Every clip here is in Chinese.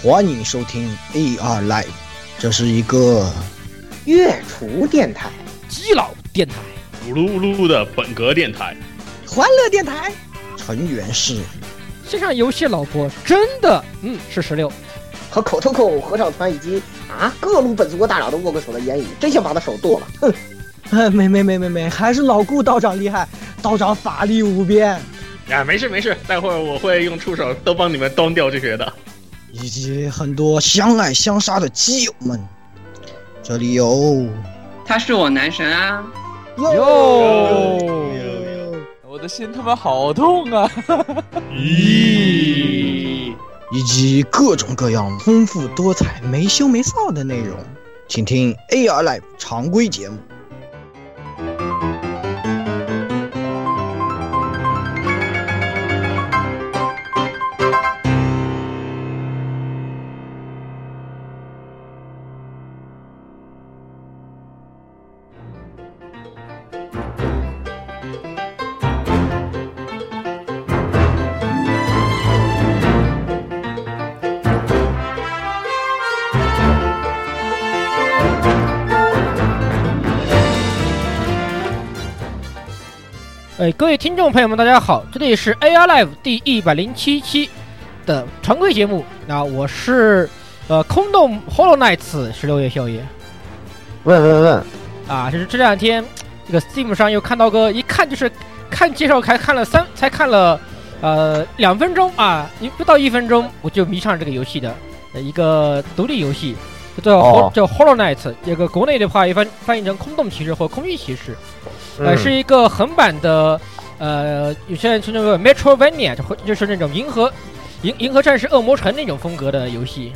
欢迎收听 AR Live， 这是一个月厨电台、 基佬电台、 咕噜咕噜的本格电台、 欢乐电台， 成员是线上游戏老婆真的是16 和口头口合唱团以及各路本族国大佬都握过手的言语，真想把他手剁了。 哼，没，还是老顾道长厉害，道长法力无边。 没事，待会儿我会用触手都帮你们端掉这些的。 以及很多相爱相杀的基友们，这里有他是我男神啊！ 哟， 我的心他妈好痛啊！ 咦， 以及各种各样丰富多彩、没羞没臊的内容，请听 AR Live 常规节目。 各位听众朋友们，大家好，这里是 AR Live 第107期的常规节目。那我是空洞 Hollow Knights 16月宵夜。 问就是这两天这个 Steam 上又看到一看就是看介绍才看了2分钟不到1分钟我就迷上这个游戏的一个独立游戏，叫 Hollow Knights， 这个国内的话一般翻译成空洞骑士或空域骑士。是一个横版的，有些人称之为 Metrovania， 就是那种银河战士恶魔城那种风格的游戏。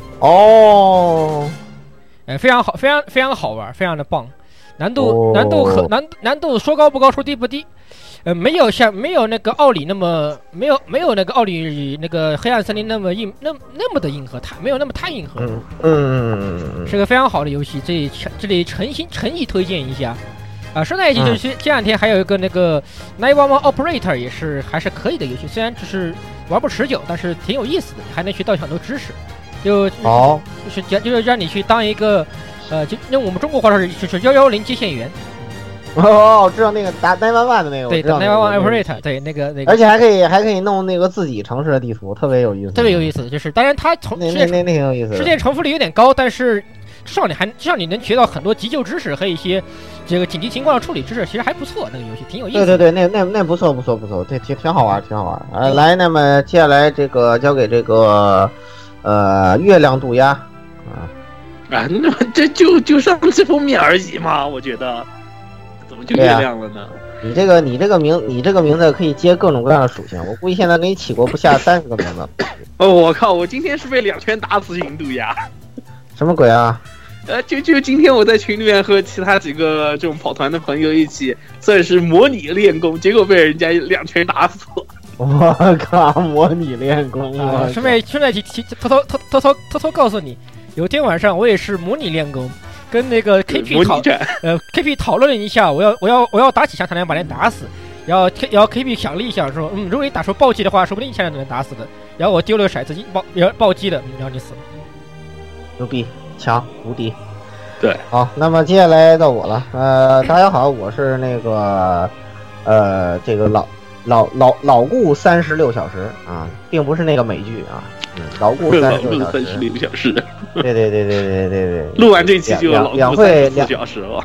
非常好，非常好玩，非常的棒。难度说高不高，说低不低。没有那个奥里那么没有那个奥里那个黑暗森林那么硬那么的硬核，没有那么太硬核。是个非常好的游戏，这里诚意推荐一下。顺带一提，就是这两天还有一个那个 911 Operator 也是还是可以的游戏，虽然只是玩不持久，但是挺有意思的，还能学到很多知识。就是让你去当一个就用我们中国话说就是110接线员。 知道那个打911的那个， 对，911 Operator， 对那个， 而且还可以弄那个自己城市的地图，特别有意思， 就是当然它从那挺有意思， 世界重复率有点高，但是至少你能学到很多急救知识和一些这个紧急情况的处理知识，其实还不错。那个游戏挺有意思的。 对，那不错，对，挺好玩。来，那么接下来这个交给这个月亮渡鸦那么这就上这封面而已嘛，我觉得怎么就月亮了呢？ 你这个名字可以接各种各样的属性，我估计现在给你起过不下30个名字。 我靠！我今天是被2拳打死印度呀！ 什么鬼啊？ 就今天我在群里面和其他几个这种跑团的朋友一起，算是模拟练功，结果被人家2拳打死。 我靠！模拟练功顺便偷偷告诉你，有天晚上我也是模拟练功，跟那个 KP 讨论了一下，我要打几枪才能把人打死。然后 KP 想了一想说，如果你打出暴击的话，说不定1枪就能打死的。然后我丢了个骰子，暴击了，然后你死了。 牛逼！强无敌， 对， 好，那么接下来到我了。大家好，我是那个这个老顾36小时并不是那个美剧老顾 36小时， 对， 录完这期就老顾34小时了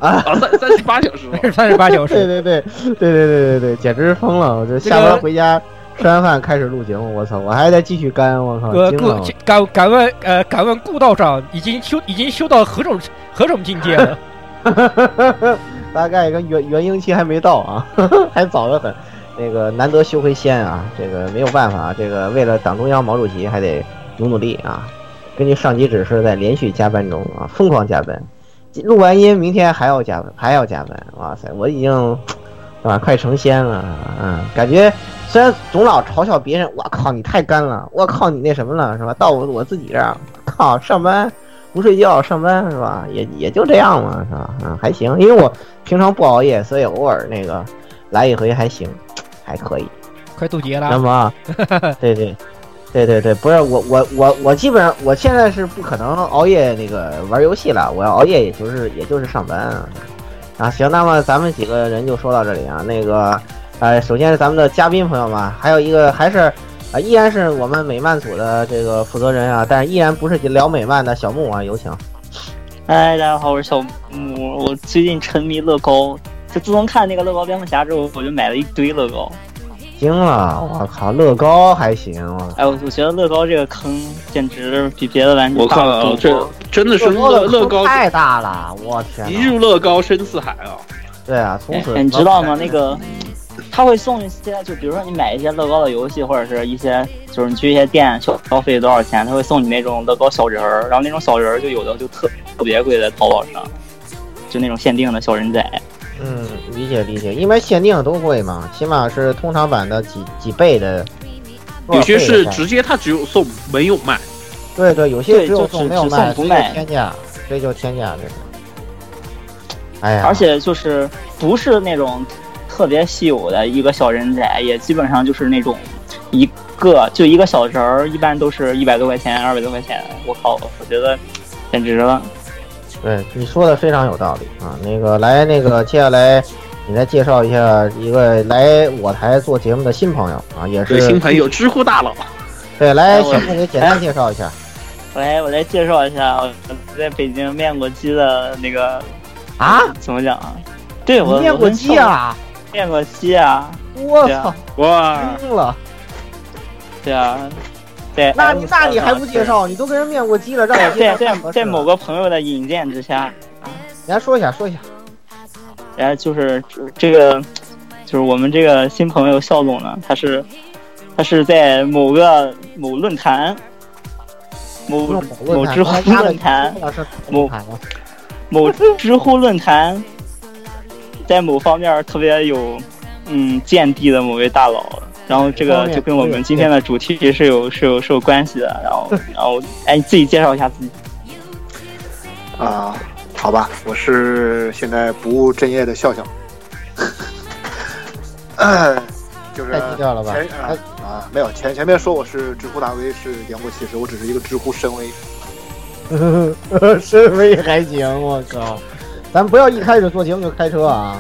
38小时了 ，38小时， 对，简直疯了！我就下班回家。吃完饭开始录节目，我操！我还在继续干，我靠！ 敢问顾道长已经修到何种境界了？ 大概跟元婴期还没到还早得很。那个难得修回仙这个没有办法，这个为了党中央毛主席还得努力根据上级指示，在连续加班中疯狂加班。录完音，明天还要加班，哇塞！我已经快成仙了感觉。虽然总老嘲笑别人，我靠你太干了，我靠你那什么了是吧？到我自己这儿，靠上班不睡觉上班是吧？也就这样嘛是吧？还行，因为我平常不熬夜，所以偶尔那个来一回还行，还可以。 快渡劫了。 那么，对对， 对，不是我基本上我现在是不可能熬夜那个玩游戏了，我要熬夜也就是上班啊。行，那么咱们几个人就说到这里啊。那个首先是咱们的嘉宾朋友们，还有一个还是依然是我们美漫组的这个负责人啊，但是依然不是聊美漫的小木啊，有请。 大家好，我是小木。我最近沉迷乐高，就自从看那个乐高蝙蝠侠之后，我就买了一堆乐高。 惊了，我靠，乐高还行。 我觉得乐高这个坑简直比别的玩具大得多。 我靠，这真的是乐高太大了，我天！ 一入乐高深似海啊！ 对啊，从此你知道吗？那个他会送一些，就比如说你买一些乐高的游戏，或者是一些就是你去一些店消费多少钱，他会送你那种乐高小人儿，然后那种小人儿就有的就特别贵，在淘宝上，就那种限定的小人仔。 理解，因为限定都贵嘛，起码是通常版的几倍的。 有些是直接他只有送没有卖。 对，有些只有送没有卖， 不卖， 天价，这就天价这个。哎呀， 而且就是不是那种特别稀有的一个小人仔，也基本上就是那种一个小人儿，一般都是100多块钱、200多块钱。我靠，我觉得简直了。 对，你说的非常有道理啊！接下来你来介绍一下一个来我台做节目的新朋友啊，也是新朋友，知乎大佬。 对，来小木给简单介绍一下。 我来介绍一下我在北京面过鸡的那个怎么讲啊？对，我面过鸡啊， 面过鸡啊！ 我操， 哇， 惊了！ 对啊。对， 那你还不介绍？你都跟人面过鸡了，让我介绍。 在某个朋友的引荐之下， 来说一下。 然后就是这个，就是我们这个新朋友肖总呢，他是在某论坛、某知乎论坛、某知乎论坛，在某方面特别有见地的某位大佬。然后这个就跟我们今天的主题是有关系的，然后你自己介绍一下自己。 好吧，我是现在不务正业的笑笑。就是太低调了吧？ 没有，前面说我是知乎大 V 是言过其实，我只是一个知乎深 V。深 V 还行，我靠！咱不要一开始做节目就开车啊。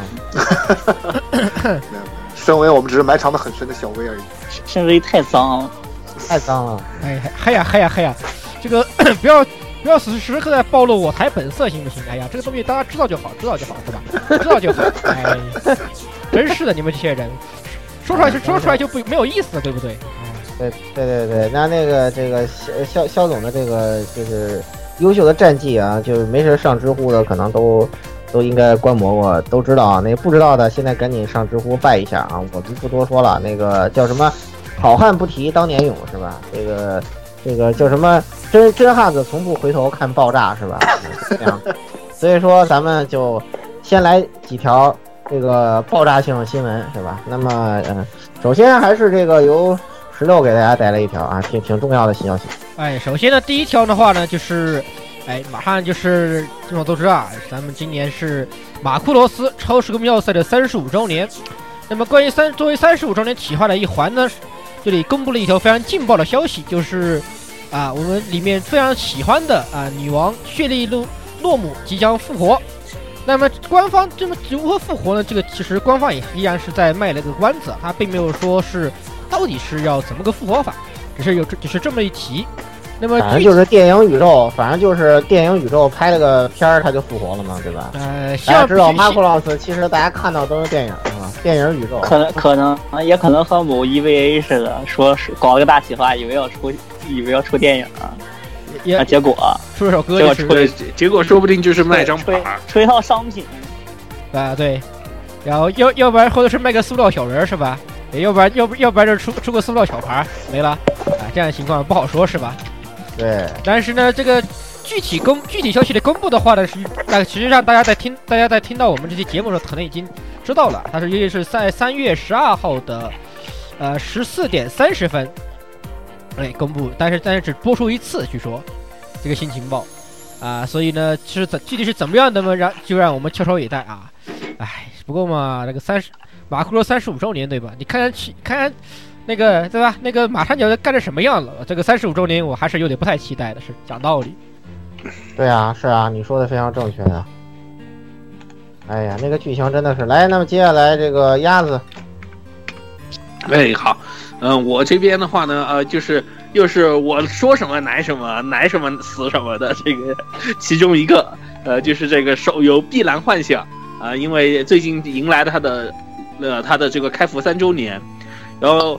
身为我们只是埋藏的很深的小 V 而已。 深 V 太脏了。 嗨呀！这个不要时刻在暴露我台本色行不行？哎呀，这个东西大家知道就好是吧？知道就好。哎，真是的，你们这些人说出来就没有意思了，对不对？ 对，那个这个肖总的这个就是优秀的战绩啊，就没事上知乎的可能都应该观摩过，都知道啊。那个不知道的，现在赶紧上知乎拜一下啊！我们不多说了。那个叫什么，好汉不提当年勇是吧？这个叫什么，真汉子从不回头看爆炸是吧？这样，所以说咱们就先来几条这个爆炸性新闻是吧？那么首先还是这个由16给大家带来一条啊，挺重要的新消息。 首先呢，第一条的话呢，就是马上就是众所周知啊，咱们今年是马库罗斯超时空要塞的35周年。那么关于作为35周年企划的一环呢，这里公布了一条非常劲爆的消息，就是我们里面非常喜欢的女王血莉诺姆即将复活。那么官方这么如何复活呢？这个其实官方也依然是在卖了个关子，他并没有说是到底是要怎么个复活法，只是这么一提。那么反正就是电影宇宙，拍了个片儿，他就复活了嘛，对吧？大家知道马库洛斯，其实大家看到都是电影，是吧？电影宇宙可能也可能和某 EVA 似的，说是搞了个大企划，以为要出电影啊，结果出首歌， 结果说不定就是卖张牌， 出一套商品对，然后要不然或者是卖个塑料小人是吧？要不然就出个塑料小牌没了这样的情况不好说是吧？ 对， 但是呢，这个具体消息的公布的话呢，实际上大家在听到我们这期节目的时候，可能已经知道了，它是也是在3月12号的14点30分，公布，但是只播出一次，据说这个新情报所以呢，具体是怎么样的呢？就让我们翘首以待啊！不过嘛，那个马库罗35周年对吧？你看那个对吧？那个马上就要干成什么样了？这个35周年我还是有点不太期待的，是讲道理。 对啊，是啊，你说的非常正确啊。哎呀，那个剧情真的是来，那么接下来这个鸭子， 哎，好，我这边的话呢，就是又是我说什么来什么死什么的这个其中一个，就是这个手游《碧蓝幻想》啊，因为最近迎来了它的这个开服3周年，然后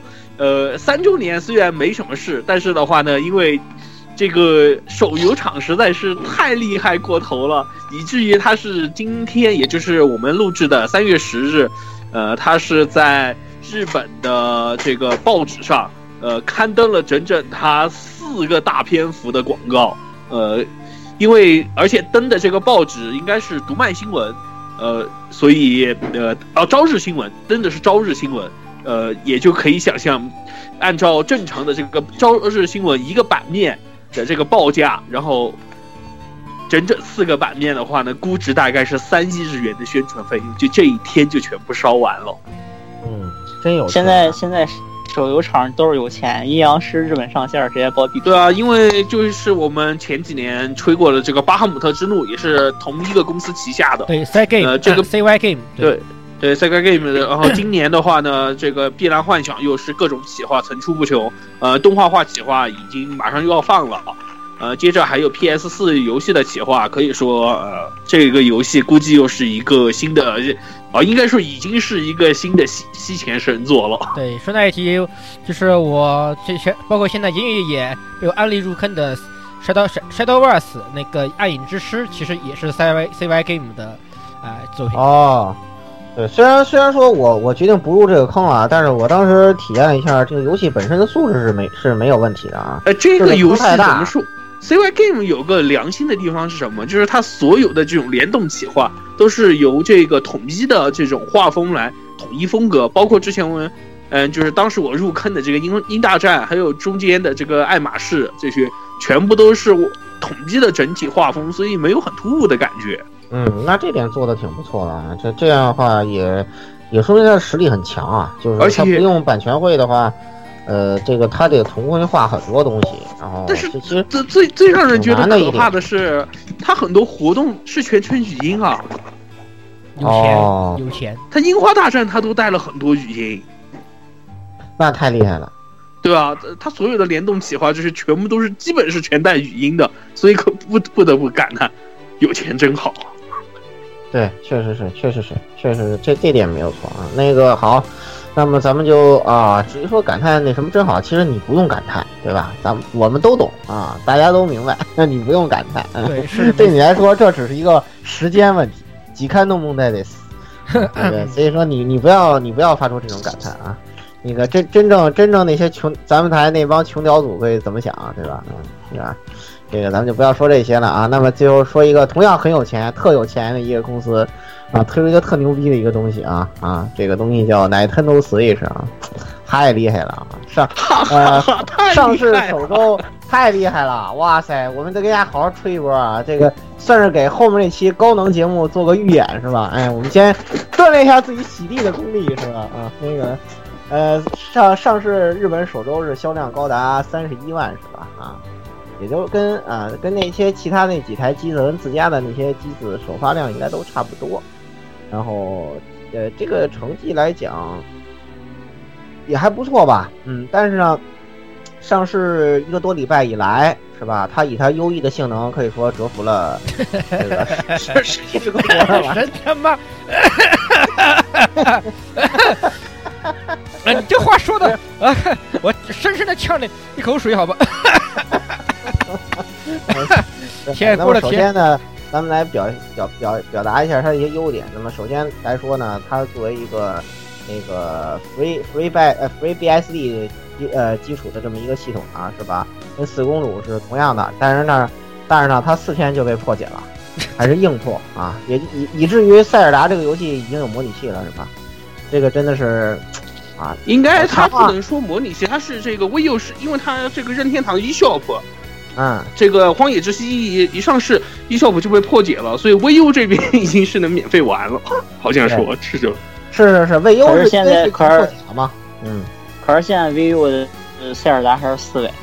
3周年虽然没什么事，但是的话呢，因为这个手游厂实在是太厉害过头了，以至于它是今天，也就是我们录制的3月10日，它是在日本的这个报纸上，刊登了整整它4个大篇幅的广告，因为而且登的这个报纸应该是读卖新闻，所以朝日新闻登的是朝日新闻，也就可以想象，按照正常的这个朝日新闻一个版面的这个报价，然后整整4个版面的话呢，估值大概是3亿日元的宣传费用，就这一天就全部烧完了。 真有钱啊！现在手游厂都是有钱，阴阳师日本上线直接包地。 对啊，因为就是我们前几年吹过的这个巴哈姆特之怒，也是同一个公司旗下的。 对 ，C Game， 这个 CY Game， 对 CY Game 的。然后今年的话呢，这个《碧蓝幻想》又是各种企划层出不穷，动画化企划已经马上又要放了。接着还有 PS4 游戏的企划，可以说，这个游戏估计又是一个新的，应该说已经是一个新的吸钱神作了。 对，顺带一提，就是我这些，包括现在言语也被我安利入坑的 Shadowverse 那个暗影之师，其实也是 CY Game 的作品。 哦，对，虽然说我决定不入这个坑啊，但是我当时体验了一下，这个游戏本身的素质是没有问题的啊。 这个游戏怎么说？CY Game 有个良心的地方是什么？就是它所有的这种联动企划都是由这个统一的这种画风来统一风格，包括之前我就是当时我入坑的这个英大战，还有中间的这个爱马仕，这些全部都是统一的整体画风，所以没有很突兀的感觉。 那这点做的挺不错的啊。这样的话也说明他的实力很强啊，就是他不用版权会的话。这个他得重新画很多东西，然后但是其实最让人觉得可怕的是，他很多活动是全程语音啊。 有钱， 他樱花大战他都带了很多语音， 那太厉害了。 对啊，他所有的联动企划就是全部都是基本是全带语音的，所以不得不感叹，有钱真好。 对，确实是，这点没有错啊。那个好。那么咱们就至于说感叹那什么真好，其实你不用感叹，对吧？我们都懂啊，大家都明白，那你不用感叹。 对，是对你来说这只是一个时间问题，几看弄梦在得死，对不对？所以说你不要发出这种感叹啊。那个真正那些咱们台那帮穷屌组会怎么想，对吧？是吧？这个咱们就不要说这些了啊。那么最后说一个同样很有钱、特有钱的一个公司。推出一个特牛逼的一个东西啊，这个东西叫 Nintendo Switch 啊，太厉害了啊！上市首周太厉害了，哇塞！我们得给大家好好吹一波啊，这个算是给后面那期高能节目做个预演是吧？我们先锻炼一下自己洗地的功力是吧？那个上市日本首周是销量高达31万是吧？也就跟那些其他那几台机子跟自家的那些机子首发量应该都差不多。然后，这个成绩来讲也还不错吧，但是呢，上市1个多礼拜以来，是吧？它以它优异的性能，可以说折服了这个世界各国了。 神他妈！你这话说的我深深的呛了一口水，好吧？天，过了首先呢。咱们来表达一下它的一些优点。那么首先来说呢，它作为一个那个 Free BSD 基础的这么一个系统啊，是吧？跟4公主是同样的，但是呢，它4天就被破解了，还是硬破啊，也以至于塞尔达这个游戏已经有模拟器了，是吧？这个真的是应该它不能说模拟器，它是这个微右是因为它这个任天堂 eShop。这个荒野之息一上市，eShop就被破解了，所以 VU 这边已经是能免费玩了，好像说是就。 是 VU 现在破解了吗？ 可是现在 VU 的塞尔达还是4位。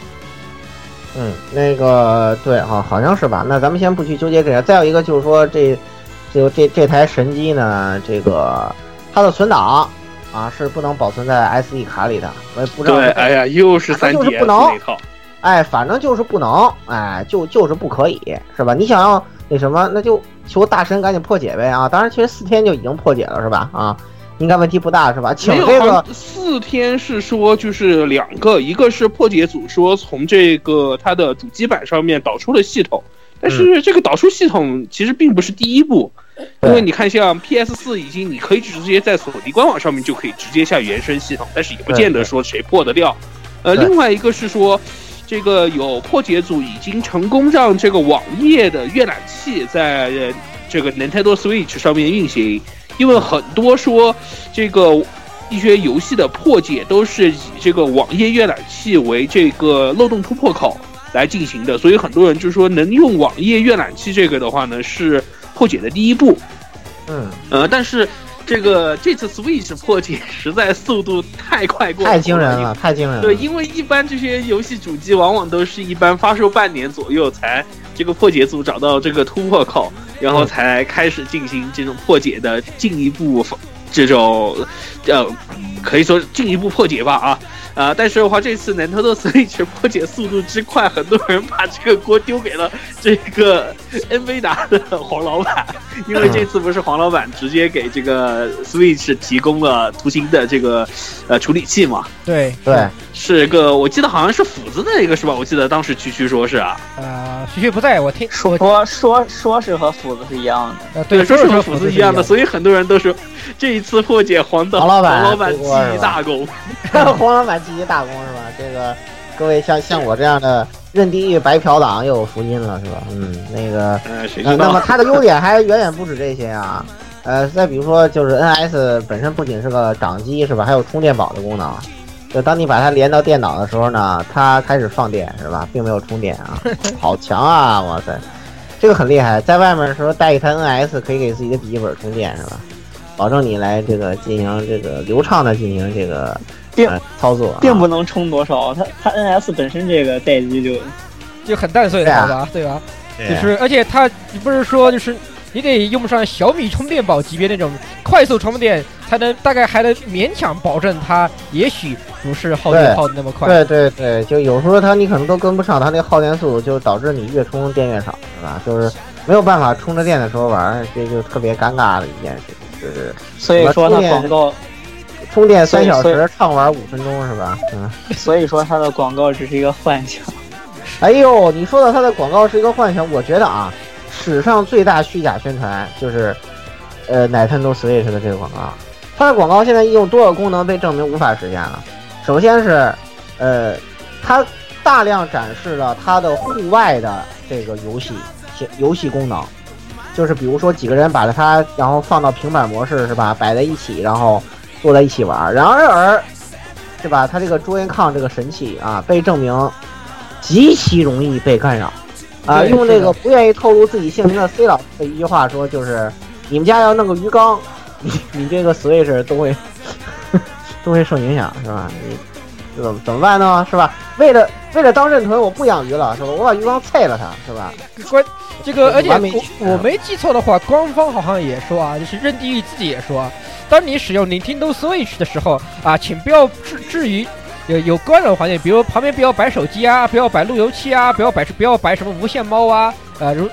那个对哈，好像是吧？那咱们先不去纠结这个。再有一个就是说，这台神机呢，这个它的存档啊是不能保存在 SD 卡里的，我也不知道。 对，哎呀，又是3DS 那套。 哎，反正就是不能，哎，就是不可以，是吧？你想要那什么，那就求大神赶紧破解呗啊！当然，其实4天就已经破解了，是吧？啊。应该问题不大是吧？请这个 4天是说就是2个，一个是破解组说从这个它的主机板上面导出了系统，但是这个导出系统其实并不是第一步，因为你看像 PS4 已经你可以直接在索尼官网上面就可以直接下原生系统，但是也不见得说谁破得掉。另外一个是说这个有破解组已经成功让这个网页的阅览器在这个 Nintendo Switch 上面运行。因为很多说这个一些游戏的破解都是以这个网页阅览器为这个漏洞突破口来进行的，所以很多人就说能用网页阅览器这个的话呢是破解的第一步。但是这次 Switch 破解实在速度太快过头了， 太惊人了，太惊人了。 对，因为一般这些游戏主机往往都是一般发售半年左右才这个破解组找到这个突破口，然后才开始进行这种破解的进一步这种可以说进一步破解吧但是的话，这次 Nintendo Switch 破解速度之快，很多人把这个锅丢给了这个 NVIDIA 的黄老板，因为这次不是黄老板直接给这个 Switch 提供了图形的这个处理器嘛？ 对， 是个我记得好像是斧子的一个是吧？我记得当时区说是区不在，我听说是和斧子是一样的， 对，说是和斧子一样的，所以很多人都说这一次破解黄老板记忆大功。 黄老板积极大功是吧？这个各位像我这样的认地狱白嫖党又有福音了是吧？那么它的优点还远远不止这些啊。再比如说就是 NS 本身不仅是个掌机是吧，还有充电宝的功能。就当你把它连到电脑的时候呢，它开始放电是吧，并没有充电啊，好强啊！哇塞，这个很厉害。在外面的时候带一台 NS 可以给自己的笔记本充电是吧？保证你来这个进行这个流畅的进行这个操作， 并不能充多少。它 NS 本身这个待机就很淡碎的好吧，对吧？就是而且它不是说就是你得用上小米充电宝级别那种快速充电，才能大概还能勉强保证它也许不是耗电耗的那么快。 对，就有时候你可能都跟不上它那耗电速度，就导致你越充电越少，是吧？就是没有办法充着电的时候玩，这就特别尴尬的一件事。就是所以说它广告充电3小时，畅玩5分钟是吧？ 所以说它的广告只是一个幻想。 哎呦，你说到它的广告是一个幻想，我觉得史上最大虚假宣传就是Nintendo Switch 的这个广告。它的广告现在用多少功能被证明无法实现了？首先是它大量展示了它的户外的这个游戏功能。就是比如说几个人把它然后放到平板模式是吧，摆在一起，然后坐在一起玩。然而是吧，它这个Joy-Con这个神器被证明极其容易被干扰用那个不愿意透露自己姓名的 C 老师的一句话说，就是你们家要弄个鱼缸，你这个 Switch 都会受影响是吧？你怎么办呢？是吧？为了当认屯，我不养鱼了是吧？我把鱼缸菜了它是吧？ 这个，而且我没记错的话，官方好像也说就是任地狱自己也说，当你使用 Nintendo Switch 的时候请不要至于有干扰环境，比如旁边不要摆手机不要摆路由器不要摆什么无线猫如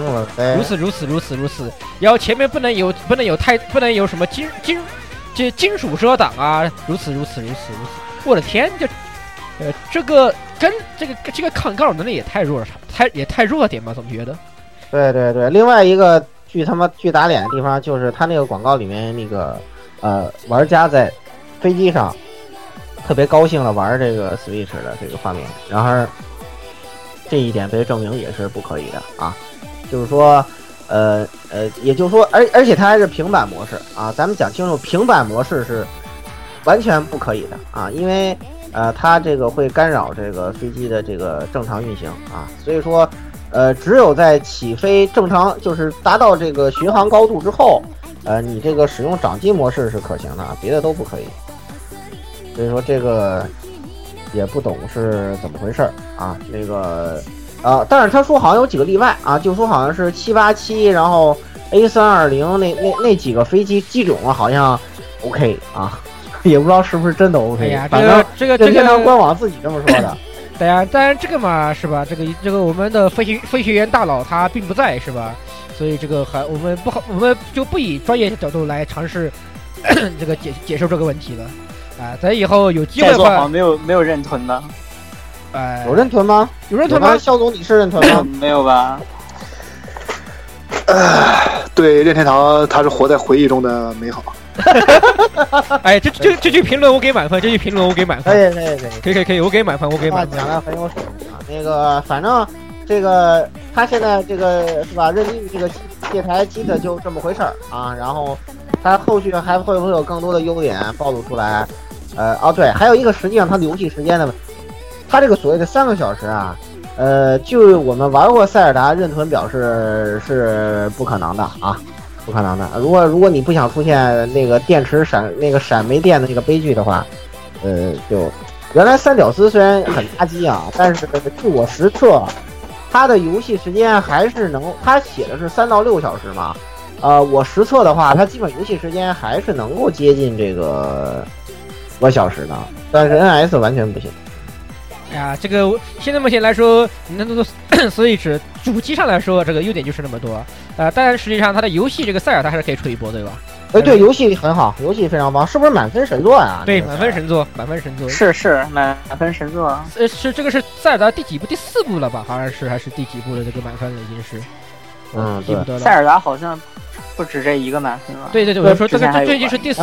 此，然后前面不能有什么金属遮挡如此，我的天，这个跟这个抗干扰能力也太弱了，也太弱点吧？怎么觉得？ 对，另外一个巨打脸的地方就是他那个广告里面那个玩家在飞机上特别高兴的玩这个 Switch 的这个画面，然而这一点被证明也是不可以的就是说也就是说而且它还是平板模式咱们讲清楚，平板模式是完全不可以的因为它这个会干扰这个飞机的这个正常运行所以说只有在起飞正常就是达到这个巡航高度之后你这个使用掌机模式是可行的别的都不可以。 所以说这个也不懂是怎么回事啊。那个但是他说好像有几个例外啊，就说好像是787，然后 A320那几个飞机机种好像 OK 啊，也不知道是不是真的 OK。 哎呀， 反正这个天堂官网自己这么说的。 对呀，当然这个嘛是吧？这个我们的飞行员大佬他并不在是吧？所以这个我们就不以专业角度来尝试这个解释这个问题了啊。咱以后有机会的话， 没有认屯的。 有认屯吗？ 有认屯吗？ 肖总，你是认屯吗？ 没有吧？ 对，任天堂他是活在回忆中的美好。 哎，这句评论我给满分，这句评论我给满分。可以，我给满分，我给满分。 讲的很有水平啊。那个，反正这个他现在这个是吧？任地这个这台机子就这么回事儿啊。然后他后续还会不会有更多的优点暴露出来？对，还有一个实际上它的游戏时间的问题，它这个所谓的3个小时啊，就我们玩过塞尔达，任屯表示是不可能的啊。不可能的。如果你不想出现那个电池闪没电的那个悲剧的话，就原来三屌丝虽然很垃圾啊，但是据我实测，它的游戏时间还是它写的是3到6小时嘛，我实测的话，它基本游戏时间还是能够接近这个5个小时的，但是 NS 完全不行。 哎呀，这个现在目前来说，那Switch 主机上来说，这个优点就是那么多。但是实际上它的游戏这个塞尔达还是可以吹一波，对吧？ 对，游戏很好，游戏非常棒，是不是满分神作呀？ 对，满分神作，满分神作。 是满分神作。 是这个是塞尔达第几部？第4部了吧？好像是还是第几部的这个满分了，已经是。记不得了。 塞尔达好像不止这一个满分了。 对，我说这已经是第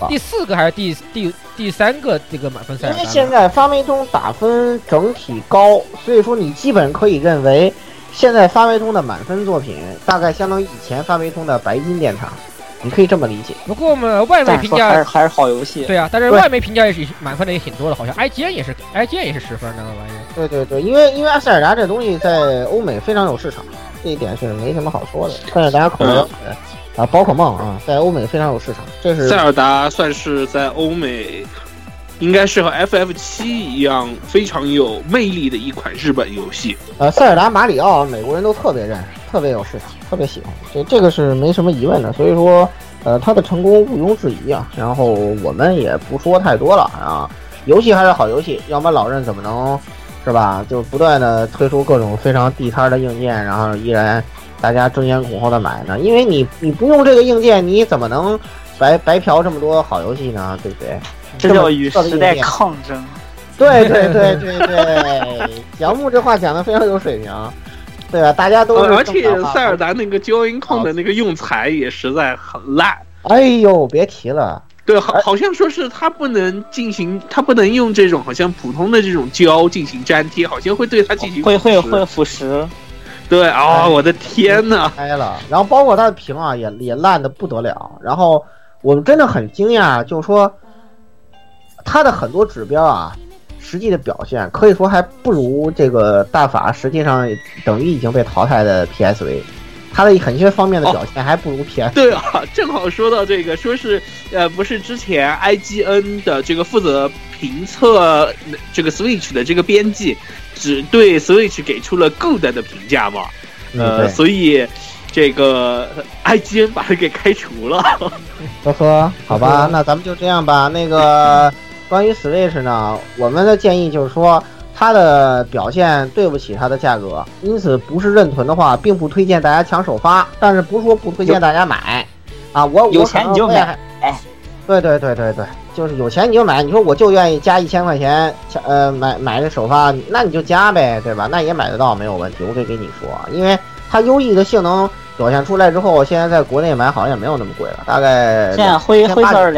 4个还是第3个这个满分塞尔达？ 因为现在发霉通打分整体高，所以说你基本可以认为，现在发霉通的满分作品大概相当于以前发霉通的白金殿堂，你可以这么理解。 不过我们外媒评价还是好游戏。 对啊，但是外媒评价也是满分的也挺多的，好像 IGN 也是10分那个玩意。 对，因为塞尔达这东西在欧美非常有市场，这一点是没什么好说的。塞尔达口碑宝可梦啊，在欧美非常有市场。这是塞尔达算是在欧美，应该是和 FF7 一样非常有魅力的一款日本游戏。 塞尔达马里奥美国人都特别认识，特别有市场，特别喜欢，这个是没什么疑问的。所以说，它的成功毋庸置疑啊。然后我们也不说太多了啊，游戏还是好游戏，要么老任怎么能是吧？就不断的推出各种非常地摊的硬件，然后依然大家争先恐后的买呢？因为你不用这个硬件，你怎么能白嫖这么多好游戏呢？对不对？ 这叫与时代抗争。 对，小木这话讲的非常有水平，对吧？大家都是。 而且塞尔达那个 Joy-Con 的那个用材也实在很烂。 哎呦，别提了。 对，好像说是它不能用这种好像普通的这种胶进行粘贴，好像会对它进行会腐蚀。 对我的天哪！ 开了，然后包括它的屏啊也烂的不得了。然后我们真的很惊讶，就是说它的很多指标啊，实际的表现可以说还不如这个大法，实际上等于已经被淘汰的 PSV。它的很些方面的表现还不如 PS。 对啊，正好说到这个，说是不是之前 IGN 的这个负责评测这个 Switch 的这个编辑只对 Switch 给出了 good 的评价嘛？所以这个 IGN 把它给开除了。 呵呵，好吧，那咱们就这样吧。那个关于 Switch 呢，我们的建议就是说，它的表现对不起它的价格，因此不是认屯的话，并不推荐大家抢首发，但是不是说不推荐大家买啊？我有钱你就买， 对，就是有钱你就买。你说我就愿意加1000块钱，买这首发，那你就加呗，对吧？那也买得到，没有问题。我可以跟你说，因为它优异的性能表现出来之后，现在在国内买好像也没有那么贵了，大概现在灰色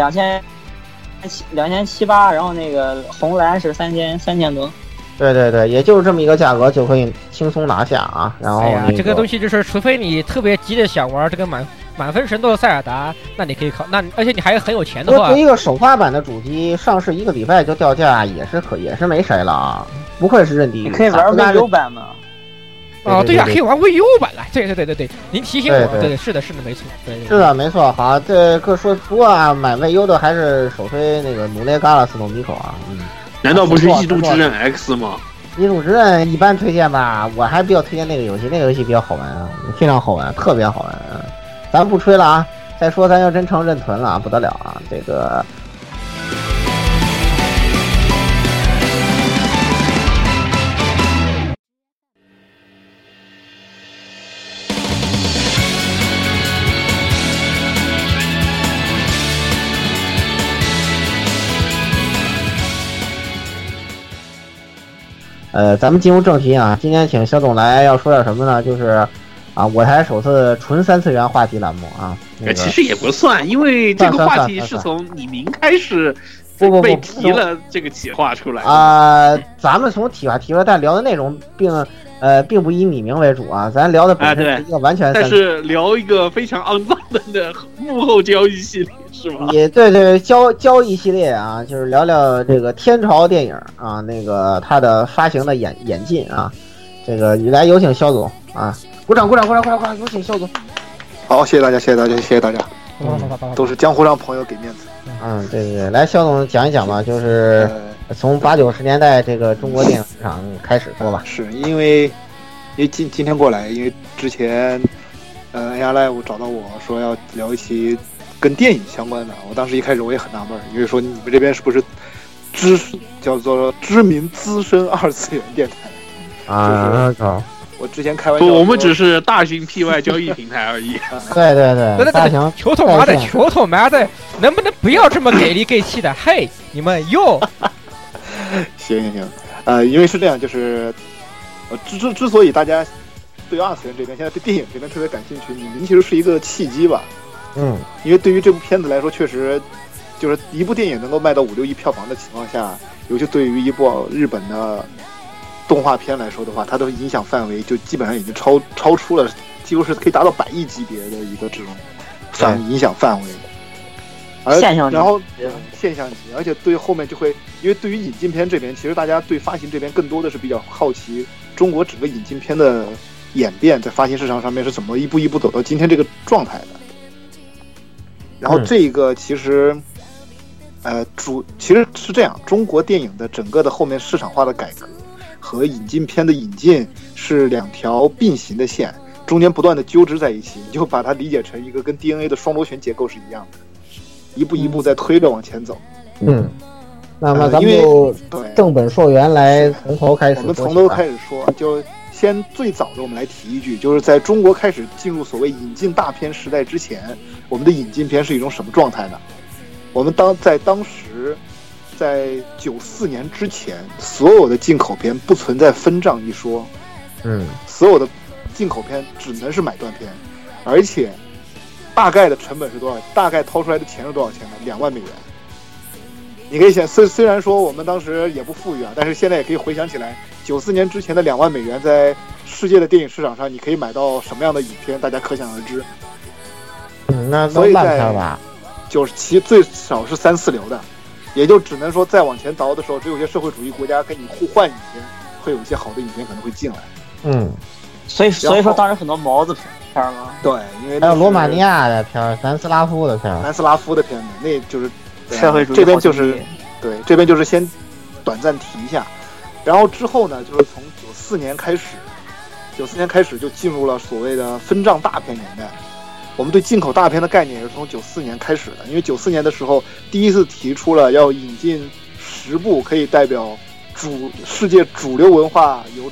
2700，然后那个红蓝是3000多。 对，也就是这么一个价格就可以轻松拿下啊。然后这个东西就是，除非你特别急着想玩这个满分神作塞尔达，那你可以而且你还很有钱的话， 对一个首发版的主机上市1个礼拜就掉价，也是没谁了啊。不愧是任地， 你可以玩未优版嘛？ 哦，对呀，可以玩 VU 版了。对，您提醒我，对，是的，没错，对， 是的，没错。好，这各说不过啊，买 VU 的还是首推那个努雷嘎拉斯诺米口啊。 难道不是异度之刃 X 吗？ 异度之刃一般推荐吧，我还比较推荐那个游戏，那个游戏比较好玩啊，非常好玩，特别好玩啊。咱不吹了啊，再说咱就真成认屯了啊，不得了啊，这个。咱们进入正题啊，今天请肖总来要说点什么呢？就是啊，我台首次纯3次元话题栏目啊。 其实也不算，因为这个话题是从你明开始被提了这个企划出来啊。咱们从企划提出来，但聊的内容并不以你名为主啊，咱聊的本身是一个完全， 但是聊一个非常肮脏的幕后交易系列是吗？ 也对，交易系列啊，就是聊聊这个天朝电影啊，那个它的发行的演进啊，这个来有请肖总啊，鼓掌，有请肖总。 好，谢谢大家，都是江湖上朋友给面子。 对，来肖总讲一讲吧，就是从80、90年代这个中国电影市场开始说吧。 是因为今天过来，因为之前AR Live 找到我说要聊一期跟电影相关的，我当时一开始我也很纳闷，因为说你们这边是不是叫做知名资深2次元电台啊？ 我之前开玩笑， 我们只是大型 PY 交易平台而已。 对，大型求他妈的，能不能不要这么给力给气的？嘿，你们哟。 行，因为是这样，就是之所以大家对2次元这边现在对电影这边特别感兴趣，您其实是一个契机吧。因为对于这部片子来说，确实就是一部电影能够卖到5、6亿票房的情况下，尤其对于一部日本的动画片来说的话，它的影响范围就基本上已经超出了，几乎是可以达到100亿级别的一个这种影响范围。 现象级， 然后现象级，而且对后面就会，因为对于引进片这边，其实大家对发行这边更多的是比较好奇中国整个引进片的演变，在发行市场上面是怎么一步一步走到今天这个状态的。然后这个其实，其实是这样，中国电影的整个的后面市场化的改革和引进片的引进是2条并行的线，中间不断的纠织在一起，你就把它理解成一个跟 DNA 的双螺旋结构是一样的，一步一步在推着往前走。 那么咱们就正本溯源来从头开始。 我们从头开始说，就先最早的我们来提一句，就是在中国开始进入所谓引进大片时代之前，我们的引进片是一种什么状态呢？我们在当时，在94年之前，所有的进口片不存在分账一说，所有的进口片只能是买断片，而且大概的成本是多少？大概掏出来的钱是多少钱呢？2万美元。你可以想，虽然说我们当时也不富裕啊，但是现在也可以回想起来，94年之前的2万美元，在世界的电影市场上，你可以买到什么样的影片，大家可想而知。 那所以在吧 97最少是3、4流的，也就只能说再往前倒的时候，只有些社会主义国家跟你互换影片，会有一些好的影片可能会进来。 所以说当时很多毛子片嘛。 对，因为还有罗马尼亚的片，南斯拉夫的片，那就是社会主义。 这边就是对，这边就是先短暂提一下，然后之后呢，就是从94年开始就进入了所谓的分账大片年代。我们对进口大片的概念也是从94年开始的，因为94年的时候第一次提出了要引进10部可以代表世界主流文化、有着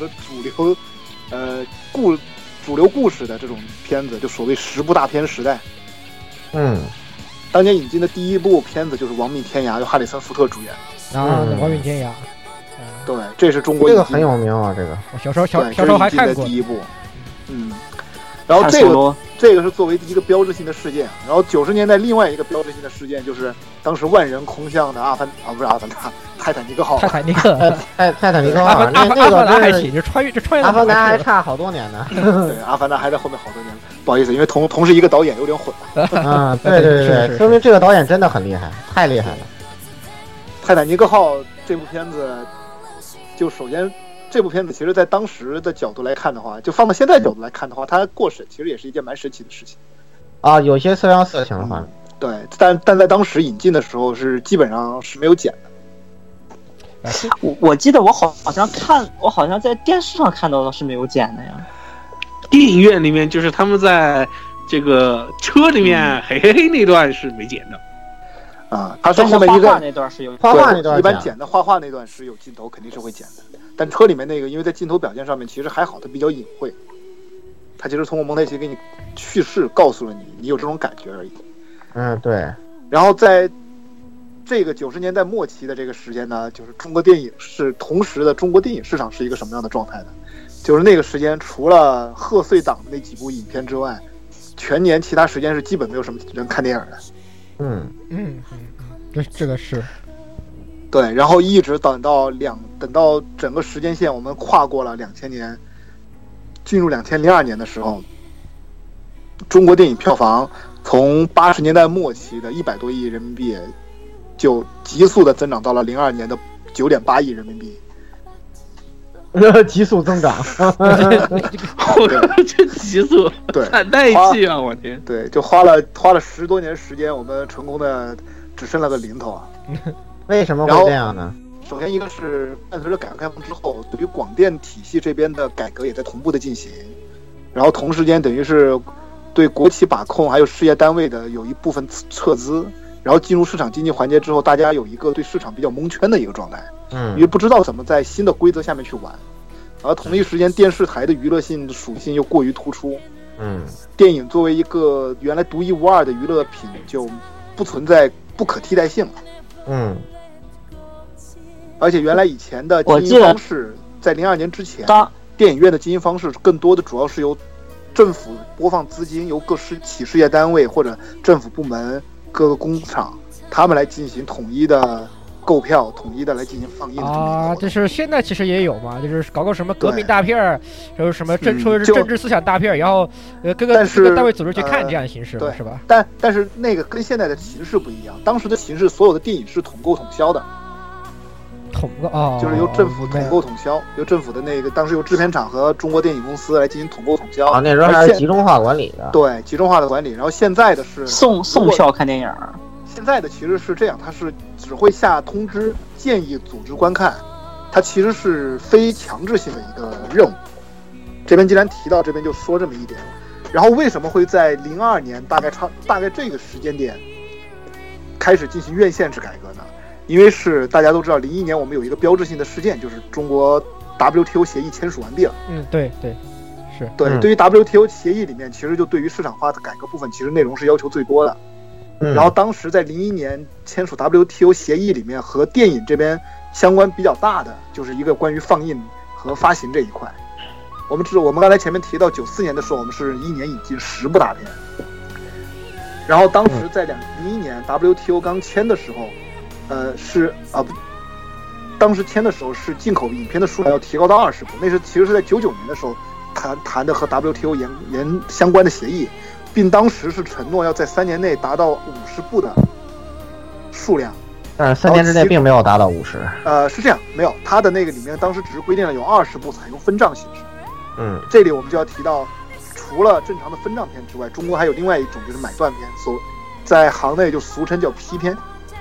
主流故事的这种片子，就所谓10部大片时代。当年引进的第一部片子就是《亡命天涯》，由哈里森福特主演。 亡命天涯。 对，这是中国这个很有名啊，这个小时候还看过第一部。然后这个是作为一个标志性的事件。然后90年代另外一个标志性的事件就是当时万人空巷的泰坦尼克号。 泰坦尼克号， 阿凡达还行，就穿越。 阿凡达还差好多年呢。 对，阿凡达还在后面好多年。不好意思，因为同是一个导演，有点混。 对，说明这个导演真的很厉害，太厉害了。 泰坦尼克号这部片子，就首先这部片子其实在当时的角度来看的话，就放到现在角度来看的话，它过审其实也是一件蛮神奇的事情啊，有些色情的话， 对，但在当时引进的时候是基本上是没有剪的。 我记得我好像在电视上看到的是没有剪的呀。 电影院里面就是他们在这个车里面嘿嘿嘿那段是没剪的。 他是后面一个画画那段是有， 画画那段一般剪的画画那段是有镜头，肯定是会剪的。但车里面那个，因为在镜头表现上面其实还好，它比较隐晦，它其实通过蒙太奇给你叙事，告诉了你有这种感觉而已。 对。 然后在这个90年代末期的这个时间呢，就是中国电影是同时的中国电影市场是一个什么样的状态呢？就是那个时间除了贺岁档的那几部影片之外，全年其他时间是基本没有什么人看电影的。 这个是对，然后一直等到整个时间线我们跨过了2000年，进入2002年的时候，中国电影票房从80年代末期的100多亿人民币，就急速的增长到了02年的9.8亿人民币。 急速增长， 这急速， 对， 带气啊！我天， 对，就花了10多年时间，我们成功的只剩了个零头啊！ 为什么会这样呢？ 首先一个是伴随着改革开放之后，对于广电体系这边的改革也在同步的进行，然后同时间等于是对国企把控还有事业单位的有一部分撤资，然后进入市场经济环节之后，大家有一个对市场比较蒙圈的一个状态。因为不知道怎么在新的规则下面去玩，而同一时间电视台的娱乐性属性又过于突出，电影作为一个原来独一无二的娱乐品就不存在不可替代性了，而且原来以前的经营方式，在02年之前，电影院的经营方式更多的主要是由政府播放资金，由各企事业单位或者政府部门、各个工厂他们来进行统一的购票，统一的来进行放映的就是现在其实也有嘛，就是搞个什么革命大片儿，然后什么说是政治思想大片儿，然后各个单位组织去看这样的形式，是吧？ 但是那个跟现在的形式不一样，当时的形式所有的电影是统购统销的，就是由政府统购统销，由政府的那个当时由制片厂和中国电影公司来进行统购统销。 那时候还是集中化管理的。 对，集中化的管理。然后现在的是送票看电影。 现在的其实是这样，它是只会下通知建议组织观看，它其实是非强制性的一个任务。这边既然提到，这边就说这么一点。然后为什么会在02年大概这个时间点开始进行院线制改革呢？因为是大家都知道，01年我们有一个标志性的事件，就是中国 WTO 协议签署完毕了。 对，是对。对于 WTO 协议里面，其实就对于市场化的改革部分，其实内容是要求最多的。然后当时在01年签署 WTO 协议里面，和电影这边相关比较大的，就是一个关于放映和发行这一块。我们刚才前面提到94年的时候，我们是一年引进10部大片。然后当时在01年 WTO 刚签的时候，当时签的时候是进口影片的数量要提高到20部，那是其实是在99年的时候谈的和 WTO 研相关的协议。并当时是承诺要在3年内达到50部的数量， 但是3年之内并没有达到50。 是这样，没有，它的那个里面当时只是规定了有20部采用分账形式。这里我们就要提到，除了正常的分账片之外，中国还有另外一种就是买断片，在行内就俗称叫批片。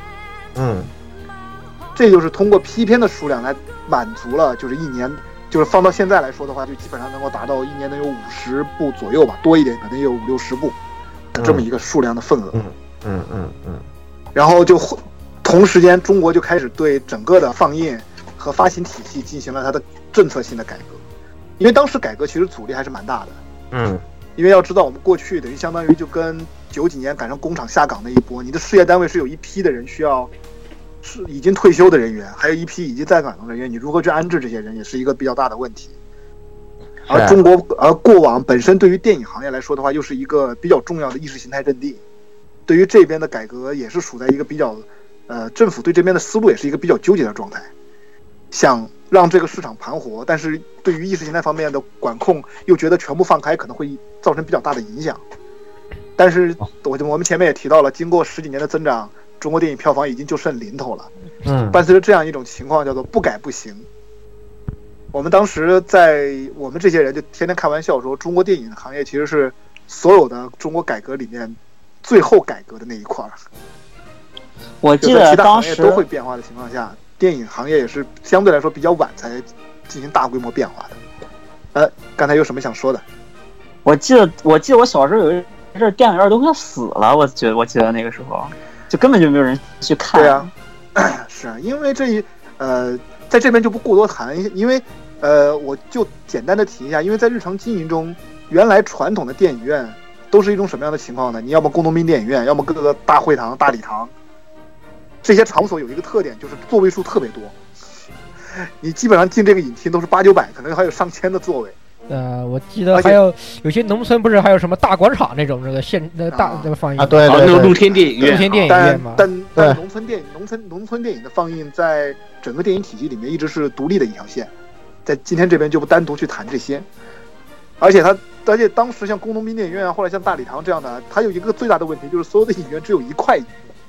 这就是通过批片的数量来满足了，就是一年。就是放到现在来说的话，就基本上能够达到一年能有50部左右吧，多一点可能也有50-60部这么一个数量的份额。然后就同时间，中国就开始对整个的放映和发行体系进行了它的政策性的改革，因为当时改革其实阻力还是蛮大的。因为要知道我们过去等于相当于就跟90几年赶上工厂下岗那一波，你的事业单位是有一批的人需要。是已经退休的人员，还有一批已经在岗的人员，你如何去安置这些人，也是一个比较大的问题。而过往本身对于电影行业来说的话，又是一个比较重要的意识形态阵地，对于这边的改革也是处在一个比较，政府对这边的思路也是一个比较纠结的状态，想让这个市场盘活，但是对于意识形态方面的管控又觉得全部放开可能会造成比较大的影响。但是我们前面也提到了，经过10几年的增长，中国电影票房已经就剩零头了。伴随着这样一种情况，叫做不改不行。 我们当时我们这些人就天天开玩笑说，中国电影行业其实是所有的中国改革里面最后改革的那一块儿。 我记得当时其他行业都会变化的情况下，电影行业也是相对来说比较晚才进行大规模变化的。刚才有什么想说的？ 我记得我小时候有一阵电影院都快死了，我记得那个时候就根本就没有人去看。 对啊，是啊，因为在这边就不过多谈，因为我就简单的提一下，因为在日常经营中，原来传统的电影院都是一种什么样的情况呢？你要么工农兵电影院，要么各个大会堂、大礼堂，这些场所有一个特点，就是座位数特别多。你基本上进这个影厅都是800-900，可能还有上千的座位。 我记得还有些农村不是还有什么大广场那种大这个放映啊？对， 那种露天电影院， 露天电影院嘛。 但农村电影的放映在整个电影体系里面一直是独立的一条线，在今天这边就不单独去谈这些。而且当时像工农兵电影院啊，或者像大礼堂这样的，它有一个最大的问题，就是所有的影院只有一块影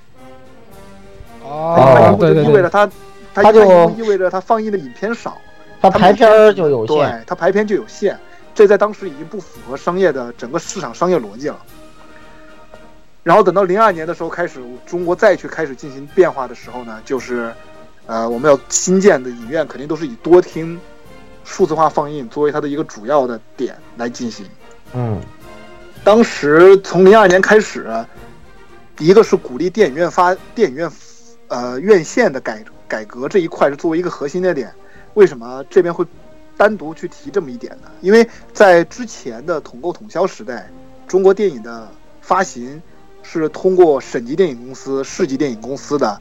院。 对， 意味着它就意味着它放映的影片少。 它排片就有限， 对，它排片就有限，这在当时已经不符合整个市场商业逻辑了。然后等到02年的时候开始，中国再去开始进行变化的时候呢，就是我们要新建的影院肯定都是以多厅数字化放映作为它的一个主要的点来进行。当时从02年开始，一个是鼓励电影院院线的改革这一块是作为一个核心的点。为什么这边会单独去提这么一点呢？因为在之前的统购统销时代，中国电影的发行是通过省级电影公司、市级电影公司的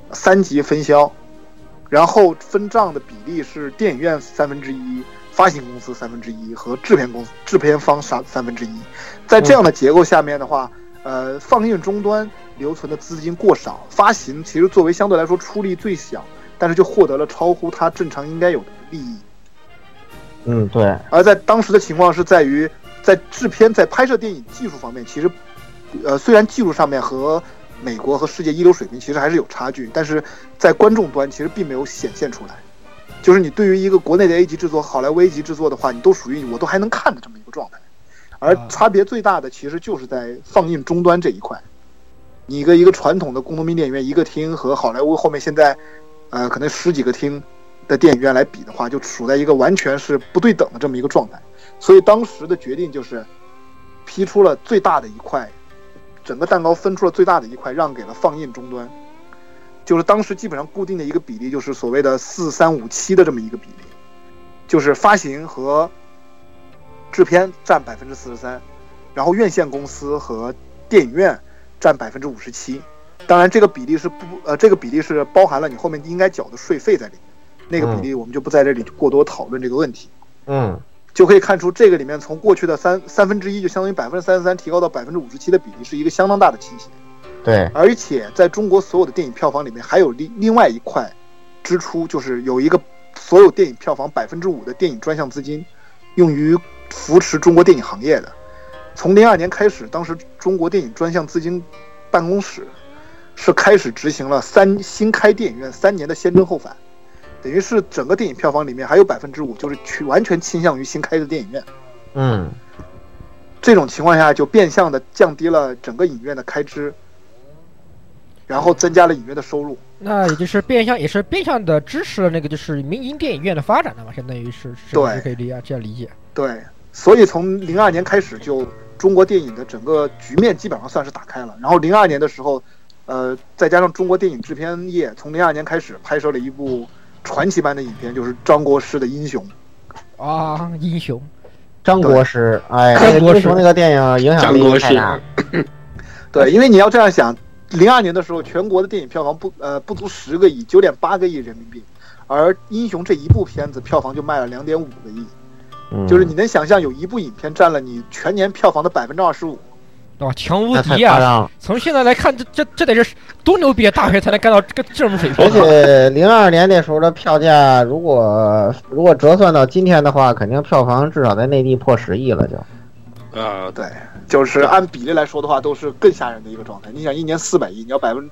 3级分销，然后分账的比例是电影院1/3，发行公司1/3和制片方1/3。在这样的结构下面的话，放映终端留存的资金过少，发行其实作为相对来说出力最小，但是就获得了超乎它正常应该有的利益。 对。 而在当时的情况是在于，在拍摄电影技术方面，其实，虽然技术上面和美国和世界一流水平其实还是有差距，但是在观众端其实并没有显现出来。就是你对于一个国内的 A 级制作、好莱坞 A 级制作的话，你都属于我都还能看的这么一个状态。而差别最大的其实就是在放映终端这一块。你一个传统的工农兵电影院一个厅和好莱坞后面现在可能10几个厅的电影院来比的话，就处在一个完全是不对等的这么一个状态。所以当时的决定就是批出了最大的一块，整个蛋糕分出了最大的一块让给了放映终端。就是当时基本上固定的一个比例，就是所谓的4357的这么一个比例，就是发行和制片占43%，然后院线公司和电影院占57%。当然，这个比例是包含了你后面应该缴的税费在里面，那个比例我们就不在这里过多讨论这个问题。就可以看出这个里面从过去的1/3就相当于33%提高到57%的比例是一个相当大的倾斜。 对， 而且在中国所有的电影票房里面还有另外一块支出，就是有一个所有电影票房5%的电影专项资金用于扶持中国电影行业的。从02年开始，当时中国电影专项资金办公室是开始执行了新开电影院3年的先征后返，等于是整个电影票房里面还有5%就是完全倾向于新开的电影院。这种情况下就变相的降低了整个影院的开支，然后增加了影院的收入。 那也就是变相的支持了那个就是民营电影院的发展的嘛，相当于是对， 可以这样理解。 对，所以从02年开始，就中国电影的整个局面基本上算是打开了。然后02年的时候，再加上中国电影制片业从02年开始拍摄了一部传奇般的影片，就是张国师的《英雄》 啊，英雄， 张国师，英雄那个电影影响力太大。 对，因为你要这样想，02年的时候，全国的电影票房不足10个亿，9.8个亿人民币，而《英雄》这一部片子票房就卖了2.5个亿。就是你能想象有一部影片占了你全年票房的25%， 哇，强无敌啊！从现在来看，这得是多牛逼的大片才能干到这种水平。 而且02年那时候的票价，如果折算到今天的话，肯定票房至少在内地破10亿了就。 对，就是按比例来说的话，都是更吓人的一个状态。你想，一年400亿，你要